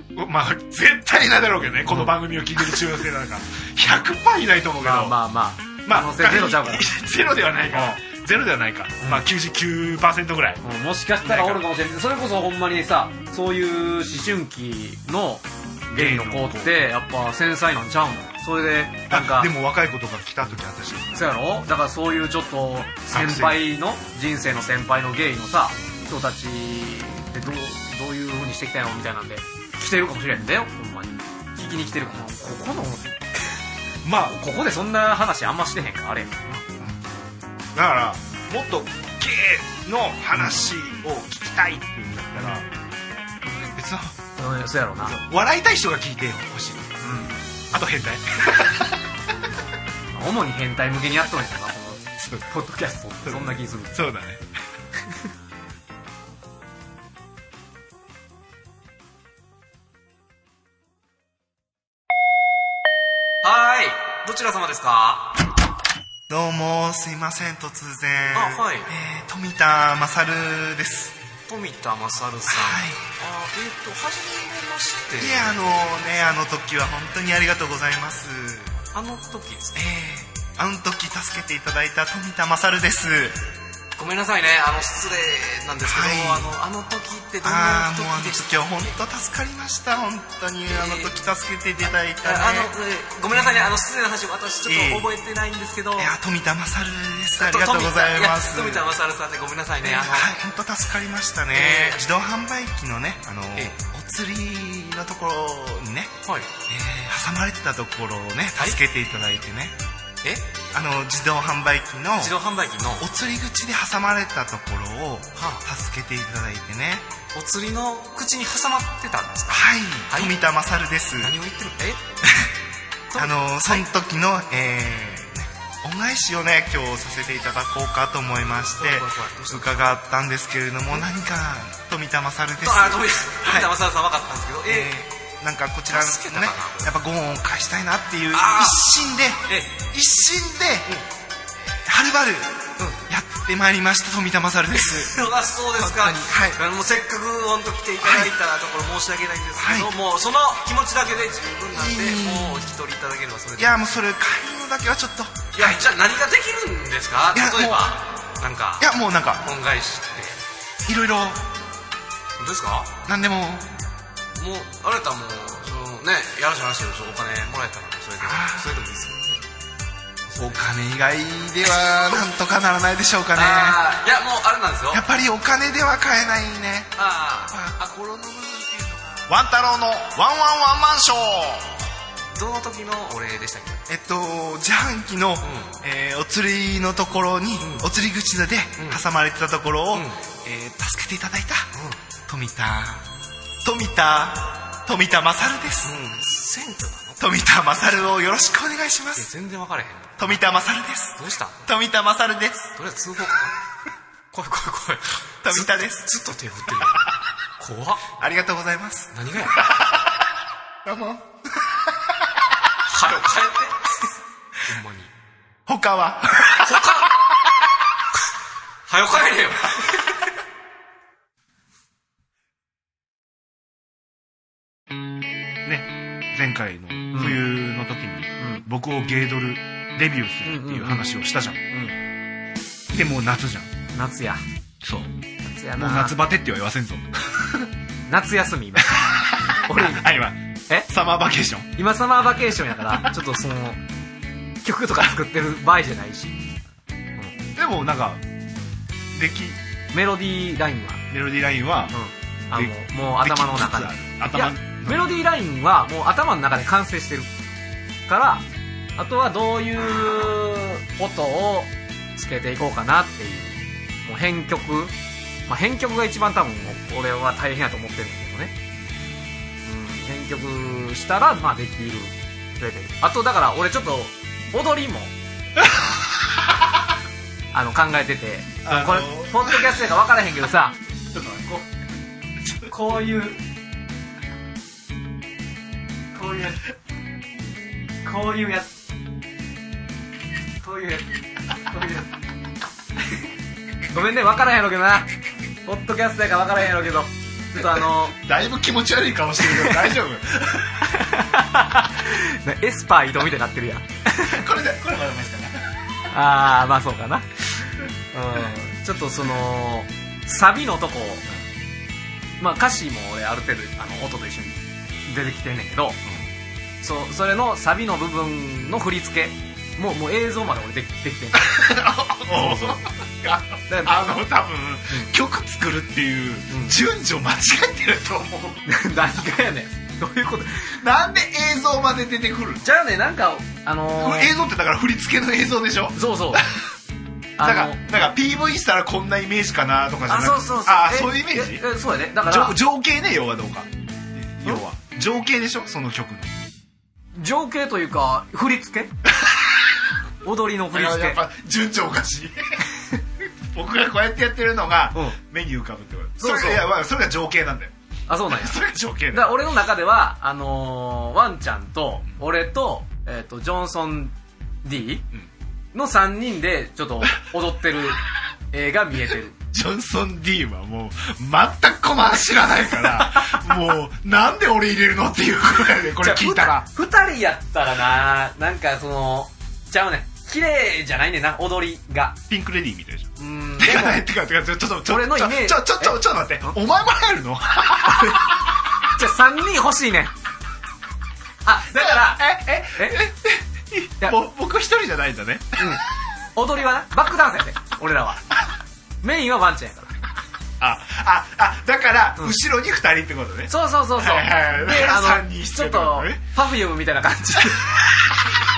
まあ絶対いないだろうけどね、この番組を聞いてる中学生なんか ひゃくパーセント いないと思うけど、まあまあまあまあゼロちゃうからゼロではないからゼロではないか、うん、まあ きゅうじゅうきゅうパーセント ぐらい、 うん、もしかしたらおるかもしれない。それこそほんまにさ、そういう思春期のゲイの子ってやっぱ繊細なんちゃうの。それでなんかでも若い子とか来た時あったし、 そうやろ。だからそういうちょっと先輩の人生の先輩のゲイのさ人たちってどうどういう風にしてきたのみたいなんで来てるかもしれんだよ、ほんまに聞きに来てるかも。ここのまあここでそんな話あんましてへんからあれやん。 だからもっとゲイの話を聞きたいって言うんだったら、別の、 うん、そうやろうな、 笑いたい人が聞いてほしい、うん、あと変態主に変態向けにやっとんやろな、このポッドキャストって。そんな気する。 そうだねはーい、どちら様ですか？ どうもすいません突然。 あ、はい、 えー、富田勝です。 富田勝さん、はい、あ、えっ、ー、と初めまして。 いや、あのね、あの時は本当にありがとうございます。 あの時ですか？ えー、あの時助けていただいた富田勝です。 ごめんなさいね、あの失礼なんですけど、はい、あのあの時ってどんな時でしたっけ？ あの時は本当助かりました。本当にあの時助けていただいたね、 あの、えー、ごめんなさいね、あの失礼な話私ちょっと覚えてないんですけど、 えー、いや富田勝です。ありがとうございます。 富田勝さんでごめんなさいね、あの、 はい、本当助かりましたね、えー、自動販売機のね、あの、えー、お釣りのところにね、はい、えー、挟まれてたところをね助けていただいてね、 えあの自動販売機の自動販売機のお釣り口で挟まれたところを助けていただいてね。 お釣りの口に挟まってたんですか？ はい、 はい、 富田勝です。 何を言ってるえあのその時の、はい、えー、恩返しをね今日させていただこうかと思いまして伺ったんですけれども、何か富田勝です。 あ、富田勝さん分かったんですけど、えー、なんかこちらのねやっぱご恩を返したいなっていう一心で一心ではるばるやってまいりました富田勝です。 あ、そうですか。はい、もうせっかく本当来ていただいたところ申し訳ないんですけど、はい、もうその気持ちだけで十分なんで、もうお引き取りいただければそれで。 いやもうそれ買えるのだけはちょっと。 いや、じゃあ何ができるんですか？例えばなんかいやもうなんか恩返しっていろいろ。 本当ですか？ 何でも。 もうあれだったらもうそのねやらしい話でお金もらえたらそれでそれでもいいですよ。 お金以外ではなんとかならないでしょうかね。 あ、いやもうあれなんですよ、 やっぱりお金では買えないね。 ああ、心の部分っていうのがワン太郎のワンワンワンマンショー。 どの時のお礼でしたっけ？ えっと自販機の、うん、えー、お釣りのところに、うん、お釣り口で挟まれてたところを、うん、えー、助けていただいた、うん、富田富田富田勝です。 うん、選挙なの？ 富田勝をよろしくお願いします。 全然分からへん。 富田勝です。 どうした？ 富田勝です。 とりあえず通報か。怖い怖い怖い。 富田です。 ずっと手振ってる。怖っ。 ありがとうございます。 何がや。 どうも。はよ帰ってほんまに。 他は他はよ帰れよ。 ね、前回の冬の時に、うん、僕をゲイドルデビューするっていう話をしたじゃん、うんうんうん、でもう夏じゃん。 夏や。 そう夏やな。 もう夏バテっては言わせんぞ。 夏休み今俺あ今えサマーバケーション今サマーバケーションやからちょっとその曲とか作ってる場合じゃないし、 うん、でもなんかできメロディーラインはメロディーラインは、 うん、あのもう頭の中で頭いやメロディーラインはもう頭の中で完成してるからあとはどういう音をつけていこうかなっていうもう編曲、まあ、編曲が一番多分俺は大変やと思ってるんだけどね、うん、編曲したらまあできるレベル。あとだから俺ちょっと踊りもあの考えてて、あのー、これポッドキャストやから分からへんけどさちょっとこうこういうこういうやつこういうやつこういうやつこういうやつごめんね分からへんやろうけどなポッドキャストやから分からへんやろうけどちょっとあのー、 だいぶ気持ち悪い顔してるけど大丈夫エスパー移動みたいになってるやんこれでこれもありましたね。 ああまあそうかな、うん、ちょっとそのサビのとこまあ歌詞も俺ある程度あの音と一緒に出てきてんねんけど、うん、そ, それのサビの部分の振り付けもうもう映像まで俺で き, できてんねんおそうあの多分、うん、曲作るっていう順序間違えてると思う何がやねんどういうことなんで映像まで出てくるじゃあねなんかあのー、 映像ってだから振り付けの映像でしょ。 そうそうだからなんか ピーブイ したらこんなイメージかなとかじゃなくて、あそうそうそうあそういうイメージええそうやねだから情景ね要はどうか要は情景でしょその曲の情景というか振り付け踊りの振り付けやっぱ順調おかしい僕がこうやってやってるのが目に浮かぶってこと、うん、そうそうそれいや、まあ、それが情景なんだよ。 あそうなんやそれが情景だよ。 だから俺の中ではあのー、ワンちゃんと俺と、えー、とジョンソン D、うん、のさんにんでちょっと踊ってる絵が見えてるジョンソン D はもう全くこの話知らないからもうなんで俺入れるのっていうくらいでこれ聞いたらふたりやったらななんかそのちゃうね綺麗じゃないねんな踊りがピンクレディーみたいでしょ。 うーんてかねてかてかちょっとちょ俺のイメージちょちょちょちょ待ってお前も入るのじゃあさんにん欲しいねん。あだからええええも僕一人じゃないんだね。 うん踊りはなバックダンスやで俺らはメインはワンちゃんやからあああだから、うん、後ろにふたりってことね。 そうそうそうそう、はいはいはい、であのさんにんちょっとパフュームみたいな感じ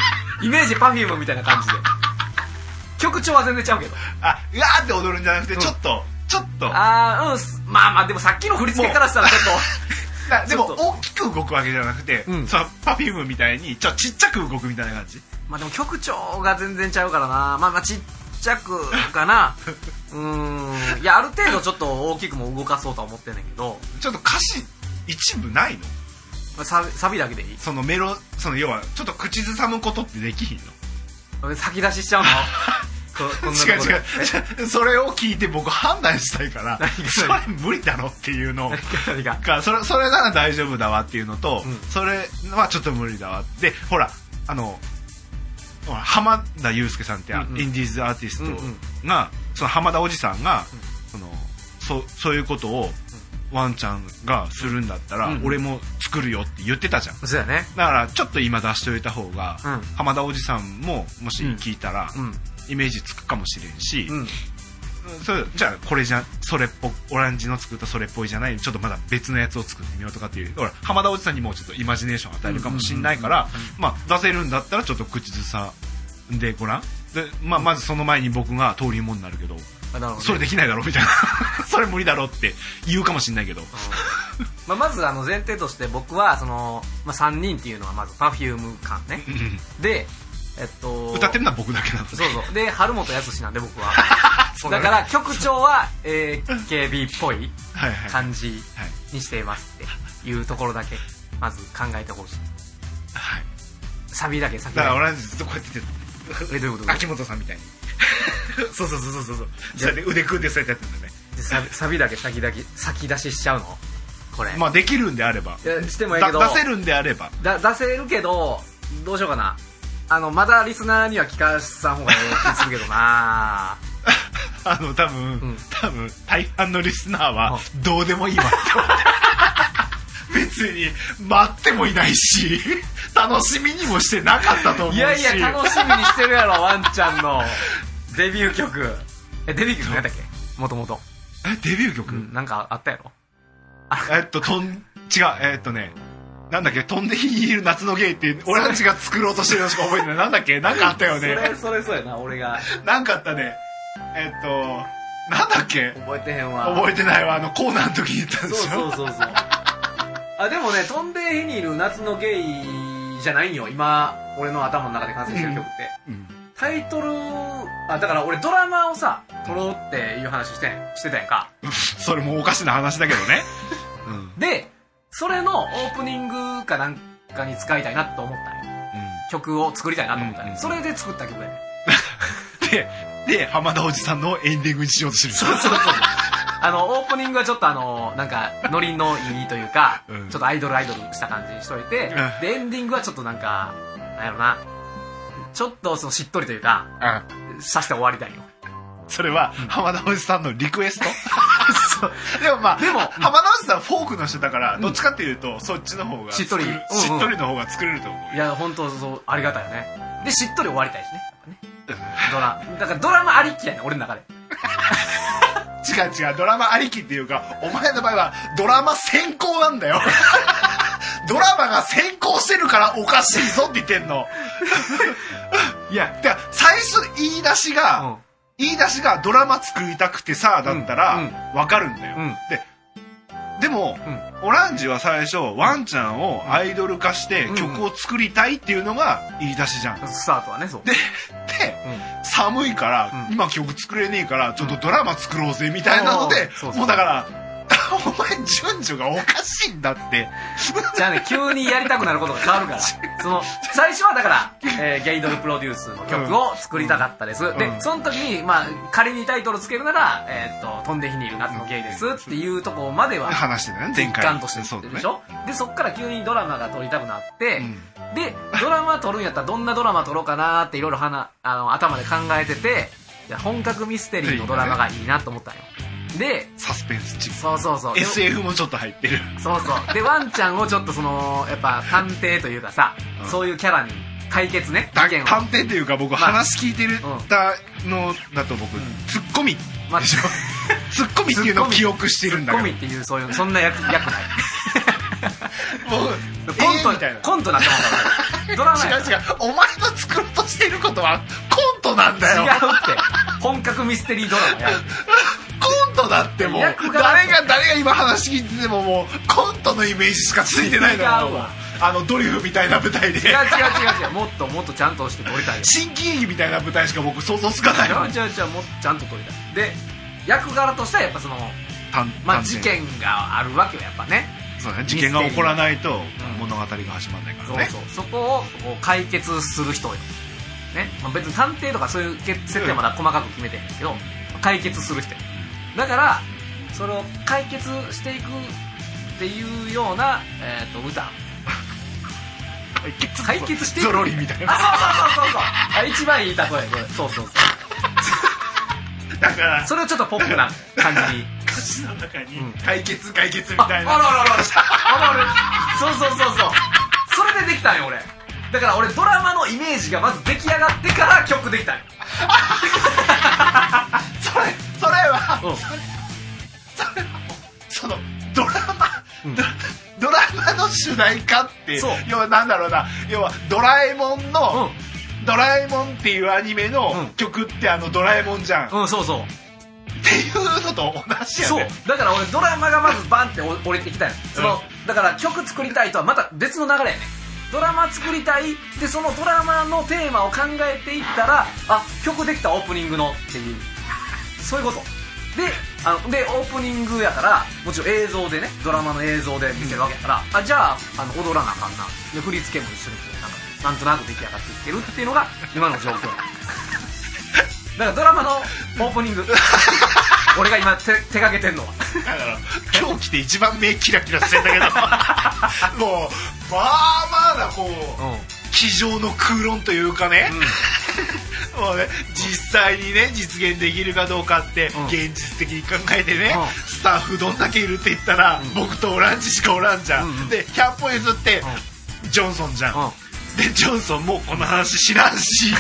イメージ Perfume みたいな感じで曲調は全然ちゃうけど、 あ、うわーって踊るんじゃなくて、ちょっとちょっとああ、うん、まあまあでもさっきの振り付けからしたらちょっとでも大きく動くわけじゃなくて、うん、その Perfume みたいにちょっとちっちゃく動くみたいな感じ。 まあでも曲調が全然ちゃうからな。まあまあちっちゃくかなうーん、いやある程度ちょっと大きくも動かそうとは思ってんねんけど、 ちょっと歌詞一部ないの？ サ, サビだけでいい？ そのメロ、その要はちょっと口ずさむことってできひんの？ 先出ししちゃうの？ここんなとこ違う違う、それを聞いて僕判断したいからそれ無理だろっていうのか、それそれなら大丈夫だわっていうのと、うん、それはちょっと無理だわで、ほらあの浜田祐介さんってインディーズアーティストが、うんうん、その浜田おじさんが、うん、その そ, そういうことをワンちゃんがするんだったら、うん、俺も作るよって言ってたじゃん。 そうだね。 だからちょっと今出しておいた方が、うん、浜田おじさんももし聞いたら、うんうん、イメージつくかもしれんし、うん、それじゃあこれじゃそれっぽオランジの作ったそれっぽいじゃない、ちょっとまだ別のやつを作ってみようとかっていう、ほら浜田おじさんにもちょっとイマジネーションを与えるかもしれないから、まあ出せるんだったらちょっと口ずさんでごらんで、まあ、まずその前に僕が登竜門になるけど、ね、それできないだろみたいなそれ無理だろって言うかもしれないけどまあまずあの前提として僕はその、まあ、さんにんっていうのはまず Perfume 感ねで、えっと、 歌ってるのは僕だけなんです。 そうそうで春元康なんで僕はだから曲調は エーケービー っぽい感じにしていますっていうところだけまず考えてほしい。はい、サビだけ先だけ。 だから俺ずっとこうやってえどういうこと？ 秋元さんみたいにそうそうそうそうそう、それで腕組んでそうやってやってるんだね。 で サ, サビだけ先だけ先出ししちゃうのこれ？ まあできるんであれば、 いやしてもいいけど、 出せるんであればだ出せるけどどうしようかな。あのまだリスナーには聞かさん方がいい気するけどなあの多分、うん、多分大半のリスナーはどうでもいいわって思って別に待ってもいないし楽しみにもしてなかったと思うし、いやいや楽しみにしてるやろワンちゃんのデビュー曲。えデビュー曲何だっけもともと？ えデビュー曲、うん、 なんかあったやろえっととん違うえー、っとねなんだっけ飛んで火いる夏のゲイって俺たちが作ろうとしてるのしか覚えてない。なんだっけなんかあったよね。 それそれそうやな俺がなんかあったね。えっとなんだっけ覚えてへんわ。 覚えてないわ。あのコーナーの時に言ったんでしょ。 そうそうそうそうあでもね飛んで火にいる夏のゲイじゃないんよ今俺の頭の中で完成してる曲って、うんうん、タイトルあだから俺ドラマをさ撮ろうっていう話してしてたやんかそれもおかしな話だけどね、 うん、でそれのオープニングかなんかに使いたいなと思ったんよ、うん、曲を作りたいなと思ったんよ、うんうん、それで作った曲やねでで浜田おじさんのエンディングにしようとしてる。 そうそうそうあのオープニングはちょっとあのなんかノリのいいというか、うん、ちょっとアイドルアイドルした感じにしといて、うん、でエンディングはちょっとなんかなんやろなちょっとそのしっとりというか、うん、さして終わりたいよ。 それは浜田おじさんのリクエストそうでもまあでも浜田おじさんフォークの人だからどっちかっていうと、うん、そっちの方がしっとり、うんうん、 しっとりの方が作れると思う。 いや本当そうありがたいよね。でしっとり終わりたいしねやっぱねドラだからドラマありきやね俺の中で違う違うドラマありきっていうかお前の場合はドラマ先行なんだよドラマが先行してるからおかしいぞって言ってんのいやだから最初言い出しが、うん、言い出しがドラマ作りたくてさだったら分かるんだよ、うんうん、ででも、うん、オランジは最初ワンちゃんをアイドル化して曲を作りたいっていうのが言い出しじゃん、 うん、スタートはね。そうで、で、うん、寒いから、うん、今曲作れねえからちょっとドラマ作ろうぜみたいなので、うん、もうだからお前順序がおかしいんだってじゃあね急にやりたくなることが変わるからその最初はだから、えー、ゲイドルプロデュースの曲を作りたかったです、うん、で、うん、その時に、まあ、仮にタイトルつけるなら、えー、っと飛んで火にいる夏のゲイですっていうところまでは話してたね前回一貫としてるでしょ、ね、でそっから急にドラマが撮りたくなって、うん、でドラマ撮るんやったらどんなドラマ撮ろうかなっていろいろ頭で考えてて本格ミステリーのドラマがいいなと思ったんよ。でサスペンスチックそうそうそうエスエフ もちょっと入ってるそうそうでワンちゃんをちょっとそのやっぱ探偵というかさ、うん、そういうキャラに解決ね探偵というか僕、まあ、話聞いてるたのだと僕、うん、ツッコミでしょ、まあ、ツッコミっていうのを記憶してるんだけどツッコミっていうそういうそんな役役ない僕コントみたいなコントなってますからドラマ違う違うお前の作ろうととしてることはコントなんだよ。 違うって本格ミステリードラマやるコントだってもう誰が誰が今話聞いててももうコントのイメージしかついてないのよ。あのドリフみたいな舞台で。違う違う違う違うもっともっとちゃんとして撮りたいよ。 新喜劇みたいな舞台しか僕想像つかないよ。 違う違う違うもっとちゃんと撮りたい。で役柄としてはやっぱそのまあ事件があるわけよやっぱね。 そうね、事件が起こらないと物語が始まらないからね。 そうそうそこをこう解決する人よね。まあ、別に探偵とかそういう設定はまだ細かく決めてへんけど解決する人だからそれを解決していくっていうような、えー、と歌解決解決していくゾロリみたいな。 あそうそうそうそうあ一番いい例えこれそうそうそうだからそれをちょっとポップな感じに歌詞の中に解決解決みたいな。 あらあらあらあらそうそうそうそうそれでできたんよ俺。だから俺ドラマのイメージがまず出来上がってから曲できたんよそれそれは、 うん、 それそれはそのドラマ、うん、ド, ドラマの主題歌って要はなんだろうな、要はドラえもんの、うん、ドラえもんっていうアニメの曲ってあのドラえもんじゃん、 うん、そうそうっていうのと同じやね。 そうだから俺ドラマがまずバンって降りてきたんよ、その、うん、だから曲作りたいとはまた別の流れやね。ドラマ作りたいでそのドラマのテーマを考えていったらあ曲できたオープニングのっていうそういうことであのでオープニングやからもちろん映像でねドラマの映像で見せるわけやから、うん、あじゃあ、あの踊らなあかんなで振り付けも一緒になんかなんとなく出来上がっていってるっていうのが今の状況だからドラマのオープニング俺が今 手, 手がけてんのはだから今日来て一番目キラキラしてんだけどもうまあまあなこう、うん、机上の空論というかね、うん、もうね実際にね実現できるかどうかって、うん、現実的に考えてね、うん、スタッフどんだけいるって言ったら、うん、僕とオランジしかおらんじゃん、うんうん、でひゃっぽ譲って、うん、ジョンソンじゃん、うん、でジョンソンもこの話知らんし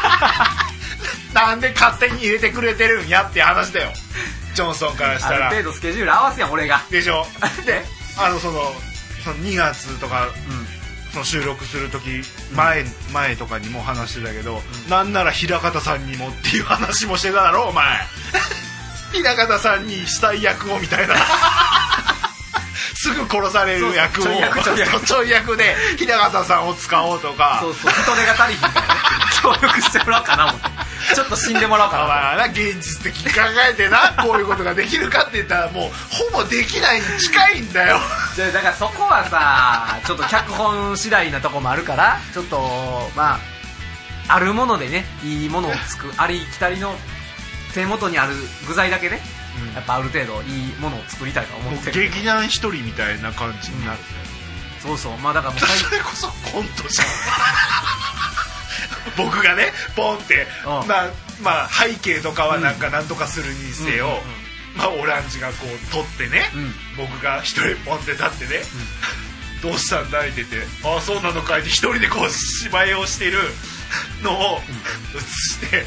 なんで勝手に入れてくれてるんやって話だよジョンソンからしたら。 ある程度スケジュール合わせやん俺がでしょであのそのそのにがつとか、うん、その収録する時前、うん、前とかにも話してたけど、うん、なんなら平方さんにもっていう話もしてただろお前平方さんにしたい役をみたいなすぐ殺される役をちょい役ちょい役ちょい役で平方さんを使おうとかそうそう人手が足りひんからね協力してもらおうかな思ってちょっと死んでもらおうかなまあな現実的に考えてなこういうことができるかって言ったらもうほぼできないに近いんだよだからそこはさちょっと脚本次第なとこもあるからちょっとまああるものでねいいものを作るありきたりの手元にある具材だけね、うん、やっぱある程度いいものを作りたいと思ってる。 劇団一人みたいな感じになって、 うん、そうそうまあだからもうそれこそコントじゃん僕がねポンって、うん、まあまあ背景とかはなんかなんとかするにせよ、うんうんうん、まあオランジがこう撮ってね、うん、僕が一人ポンって立ってね、うん、どうしたんだいって言ってああそうなのかいって一人でこう芝居をしてるのを映して、うん、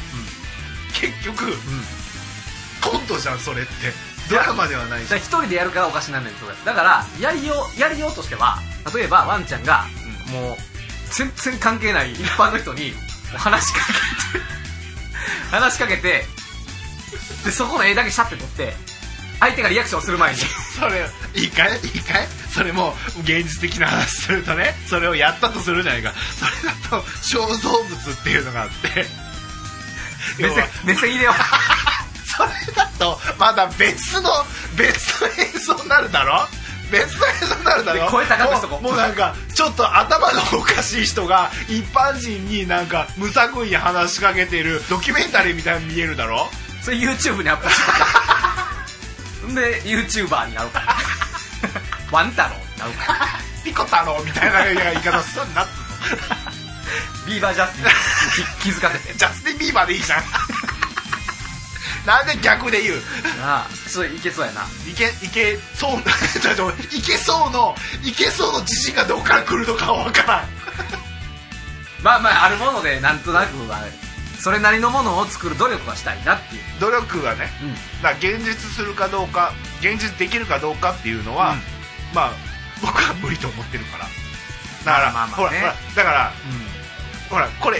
結局、うん、コントじゃんそれってドラマではないし一人でやるからおかしなんだよそれだからやりようやりようとしては例えばワンちゃんがもう全然関係ない一般の人に話しかけて話しかけてでそこの絵だけシャッて撮って相手がリアクションする前にそれいいかいいいかいそれも現実的な話するとねそれをやったとするじゃないかそれだと肖像物っていうのがあって目線目線入れようそれだとまだ別の別の映像になるだろ別の映像になるだろ声高くしとこうもうなんかちょっと頭のおかしい人が一般人になんか無作為に話しかけてるドキュメンタリーみたいに見えるだろそれ YouTube にアップしてで YouTuber になるからワン太郎になるからピコ太郎みたいな言い方すんなっつうのビーバージャスティン気づかせてジャスティンビーバーでいいじゃんなんで逆で言うああそれいけそうやないけいけそういけそうのいけそうの自信がどこから来るのかは分からんまあまああるものでなんとなくはそれなりのものを作る努力はしたいなっていう努力はね、うん、だから現実するかどうか現実できるかどうかっていうのは、うん、まあ僕は無理と思ってるからだから、まあまあまあね、ほらほらだから、うん、ほらこれ今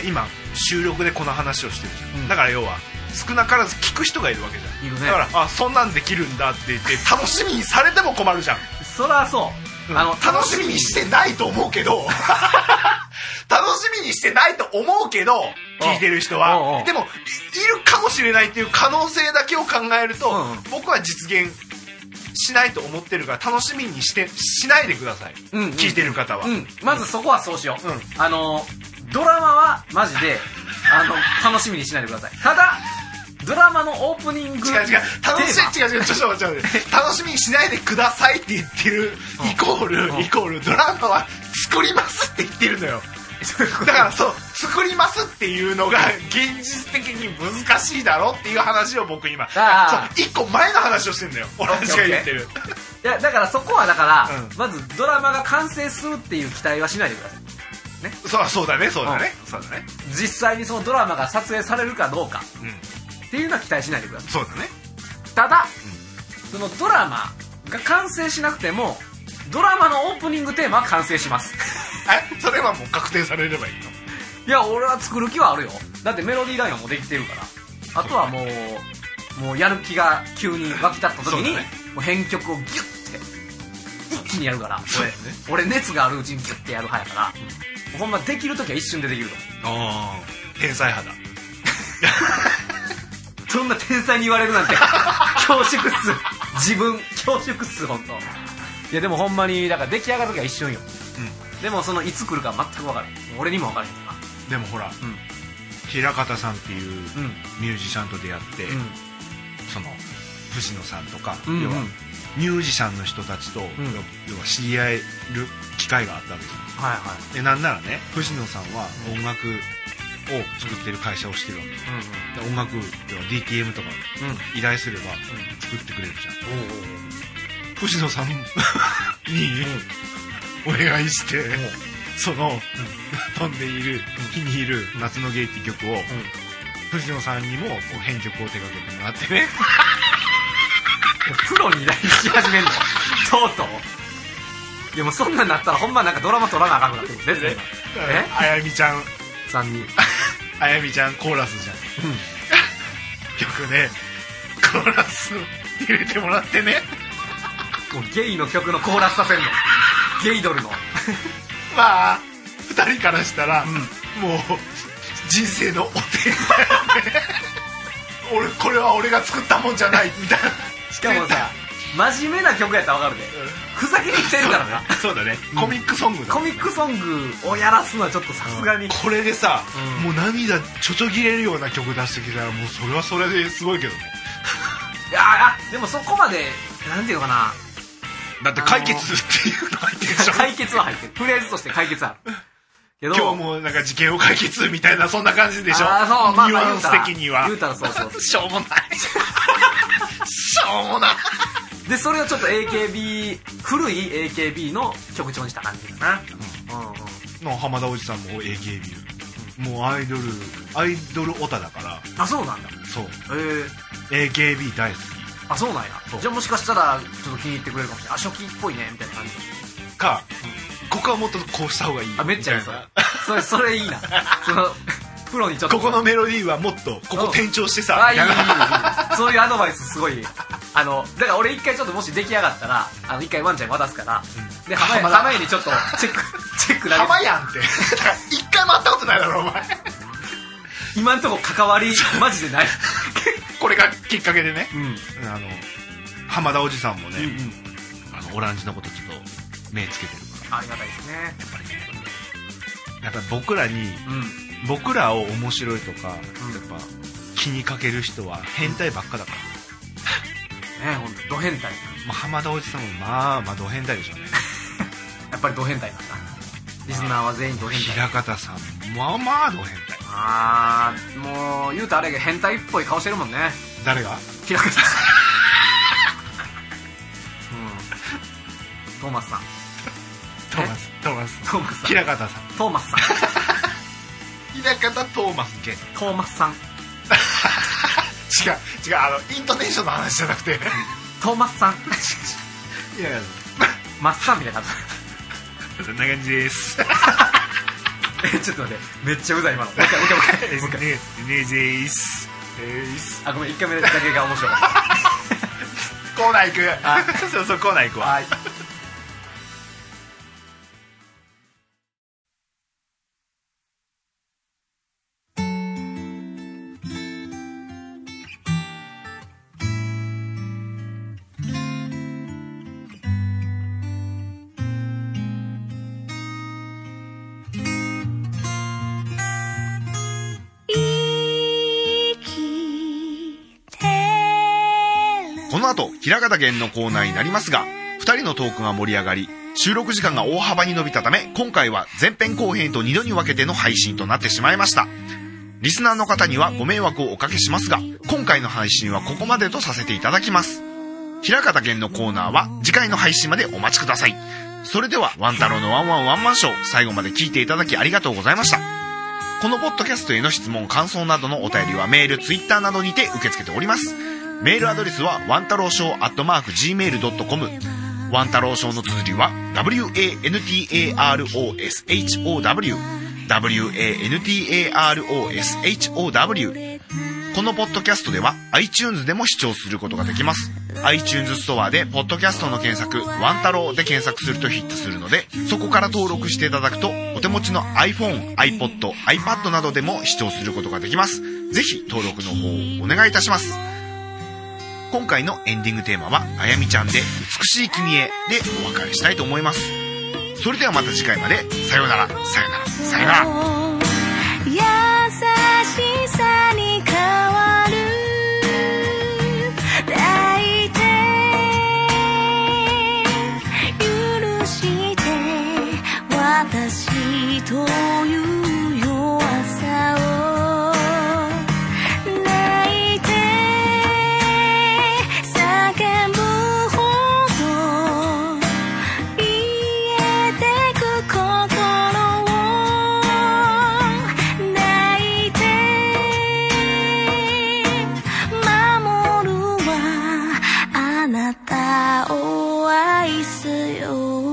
収録でこの話をしてるじゃん、 うん、 だから要は少なからず聞く人がいるわけじゃん。 いるね。 だからあそんなんできるんだって言って楽しみにされても困るじゃん。 そりゃそう、うん、あの楽しみにしてないと思うけど楽しみにしてないと思うけど聞いてる人はおうおう、 でもいるかもしれないっていう可能性だけを考えると、うんうん、僕は実現しないと思ってるから楽しみにしてしないでください、うんうん、聞いてる方は、うん、 まずそこはそうしよう、うん、あのドラマはマジであの楽しみにしないでください。ただドラマのオープニング違う違う楽しみ違う違うちょっと待って楽しみにしないでくださいって言ってるイコール、うん、イコールドラマは作りますって言ってるのよ。だからそう作りますっていうのが現実的に難しいだろっていう話を僕今そういっこまえの話をしてるんだよ俺たちが言ってる。 いやだからそこはだから、うん、まずドラマが完成するっていう期待はしないでくださいね。 そうそうだねそうだね、うん、そうだね。 実際にそのドラマが撮影されるかどうか、うん、っていうのは期待しないでください。 そうだね。 ただ、うん、そのドラマが完成しなくてもドラマのオープニングテーマは完成しますえそれはもう確定されればいいの？ いや俺は作る気はあるよ。だってメロディーラインはもうできてるから。あとはもうもうやる気が急に湧き立った時に、ね、もう編曲をギュッて一気にやるから、ね、俺, 俺熱があるうちにギュッてやる派やから、うん、ほんまできる時は一瞬でできると思う。 ああ天才派だそんな天才に言われるなんて恐縮っす。自分恐縮っす本当。いやでもほんまにだから出来上がる時は一瞬よ、うん、でもそのいつ来るか全く分からない。俺にも分からへんから。 でもほら、うん、平方さんっていうミュージシャンと出会って、うん、その藤野さんとか、うんうん、要はミュージシャンの人たちと、うん、要は知り合える機会があったわけですよ、はいはい、でなんならね藤野さんは音楽を作ってる会社をしてるわけ、うんうん、で音楽要は ディーティーエム とか依頼すれば作ってくれるじゃん、うん、藤野さんにお願いして、うんその、うん、飛んでいる日にいる夏のゲイって曲を、うん、藤野さんにもこう編曲を手掛けてもらってねプロに依頼し始めんのとうとう。いやもうそんなんなったらほんまなんかドラマ撮らなあかんくなってるんですね。 えあやみちゃんさんにんあやみちゃんコーラスじゃん、うん、曲でコーラス入れてもらってねもうゲイの曲のコーラスさせんのゲイドルのまあふたりからしたら、うん、もう人生のお手だよね俺これは俺が作ったもんじゃないみたいな。 しかもさ真面目な曲やったら分かるで、うん、ふざけに来てるからな。 そうだね、うん、コミックソングだ、 コミックソングをやらすのはちょっとさすがに、うん、 これでさ、うん、もう涙ちょちょぎれるような曲出してきたらもうそれはそれですごいけどねいやでもそこまでなんていうのかな、 だって解決っていうの入ってるでしょ解決は入ってる、とりあえずとして解決あるけど今日もなんか事件を解決みたいなそんな感じでしょ。 あそう、まあ、 ニュアンス的には言うたらそうそうしょうもないしょうもないでそれをちょっと エーケービー 古い エーケービー の曲調にした感じかな、うんうんうん、 の浜田おじさんも エーケービー、うん、もうアイドルアイドルオタだから。 あそうなんだ。 そう、 えー、 エーケービー 大好き。 あそうなんや。じゃあもしかしたらちょっと気に入ってくれるかもしれない。あ初期っぽいねみたいな感じか、うん、ここはもっとこうした方がいい。 あめっちゃいいそれそれそれいいなそのプロにちょっとここのメロディーはもっとここ転調してさ、 あいいいいいいそういうアドバイスすごいあのだから俺一回ちょっともし出来上がったらあの一回ワンちゃんに渡すから、うん、で濱家濱家にちょっとチェックチェックだけ濱やんって一回も会ったことないだろお前今んとこ関わりマジでないこれがきっかけでね、うん、あの浜田おじさんもね、うんうん、あのオランジのことちょっと目つけてるからありがたいですね。やっぱりねやっぱ僕らに、うん、僕らを面白いとか、うん、やっぱ気にかける人は変態ばっかだから、 ねえほんとド変態。 まあ、浜田おじさんもまあまあド変態でしょうねやっぱりド変態なんだ。リスナーは全員ド変態。 平方さんまあまあド変態。 あーもう言うとあれが変態っぽい顔してるもんね。 誰が？ 平方さんトーマスさんトーマストーマストーマスさん平方さんトーマスさん平方トーマス系トーマスさん違う違うあのイントネーションの話じゃなくてトーマスさんいやいやマッサンみたいなそんな感じですちょっと待って、めっちゃうざい今の。もう一回もう一回もう一回もう一回ねねぜーすえーす。 あ、ごめん、いっかいめだけが面白かったコーナー行く。 あそうそう、コーナー行くわ。 はい。 この後、平方言のコーナーになりますが、ふたりのトークが盛り上がり、収録時間が大幅に伸びたため、今回は前編後編とにどに分けての配信となってしまいました。リスナーの方にはご迷惑をおかけしますが、今回の配信はここまでとさせていただきます。平方言のコーナーは次回の配信までお待ちください。それでは、ワン太郎のワンワンワンマンショー、最後まで聞いていただきありがとうございました。このポッドキャストへの質問、感想などのお便りはメール、ツイッターなどにて受け付けております。メールアドレスはワンタローショーアットマーク ジーメールドットコム、 ワンタローショーの綴りは ダブリューエーエヌティーエーアールオーエスエイチオーダブリュー ダブリューエーエヌティーエーアールオーエスエイチオーダブリュー。 このポッドキャストでは iTunes でも視聴することができます。 iTunes ストアでポッドキャストの検索、ワン太郎で検索するとヒットするので、そこから登録していただくと、お手持ちの iPhone、iPod、iPad などでも視聴することができます。ぜひ登録の方をお願いいたします。今回のエンディングテーマは、あやみちゃんで美しい君へでお別れしたいと思います。それではまた次回まで。さようなら、さようなら、さようなら。 優しさに変わる、抱いて許して私という弱さを、泣いて叫ぶほど癒えてく心を、抱いて守るわ、あなたを愛すよ。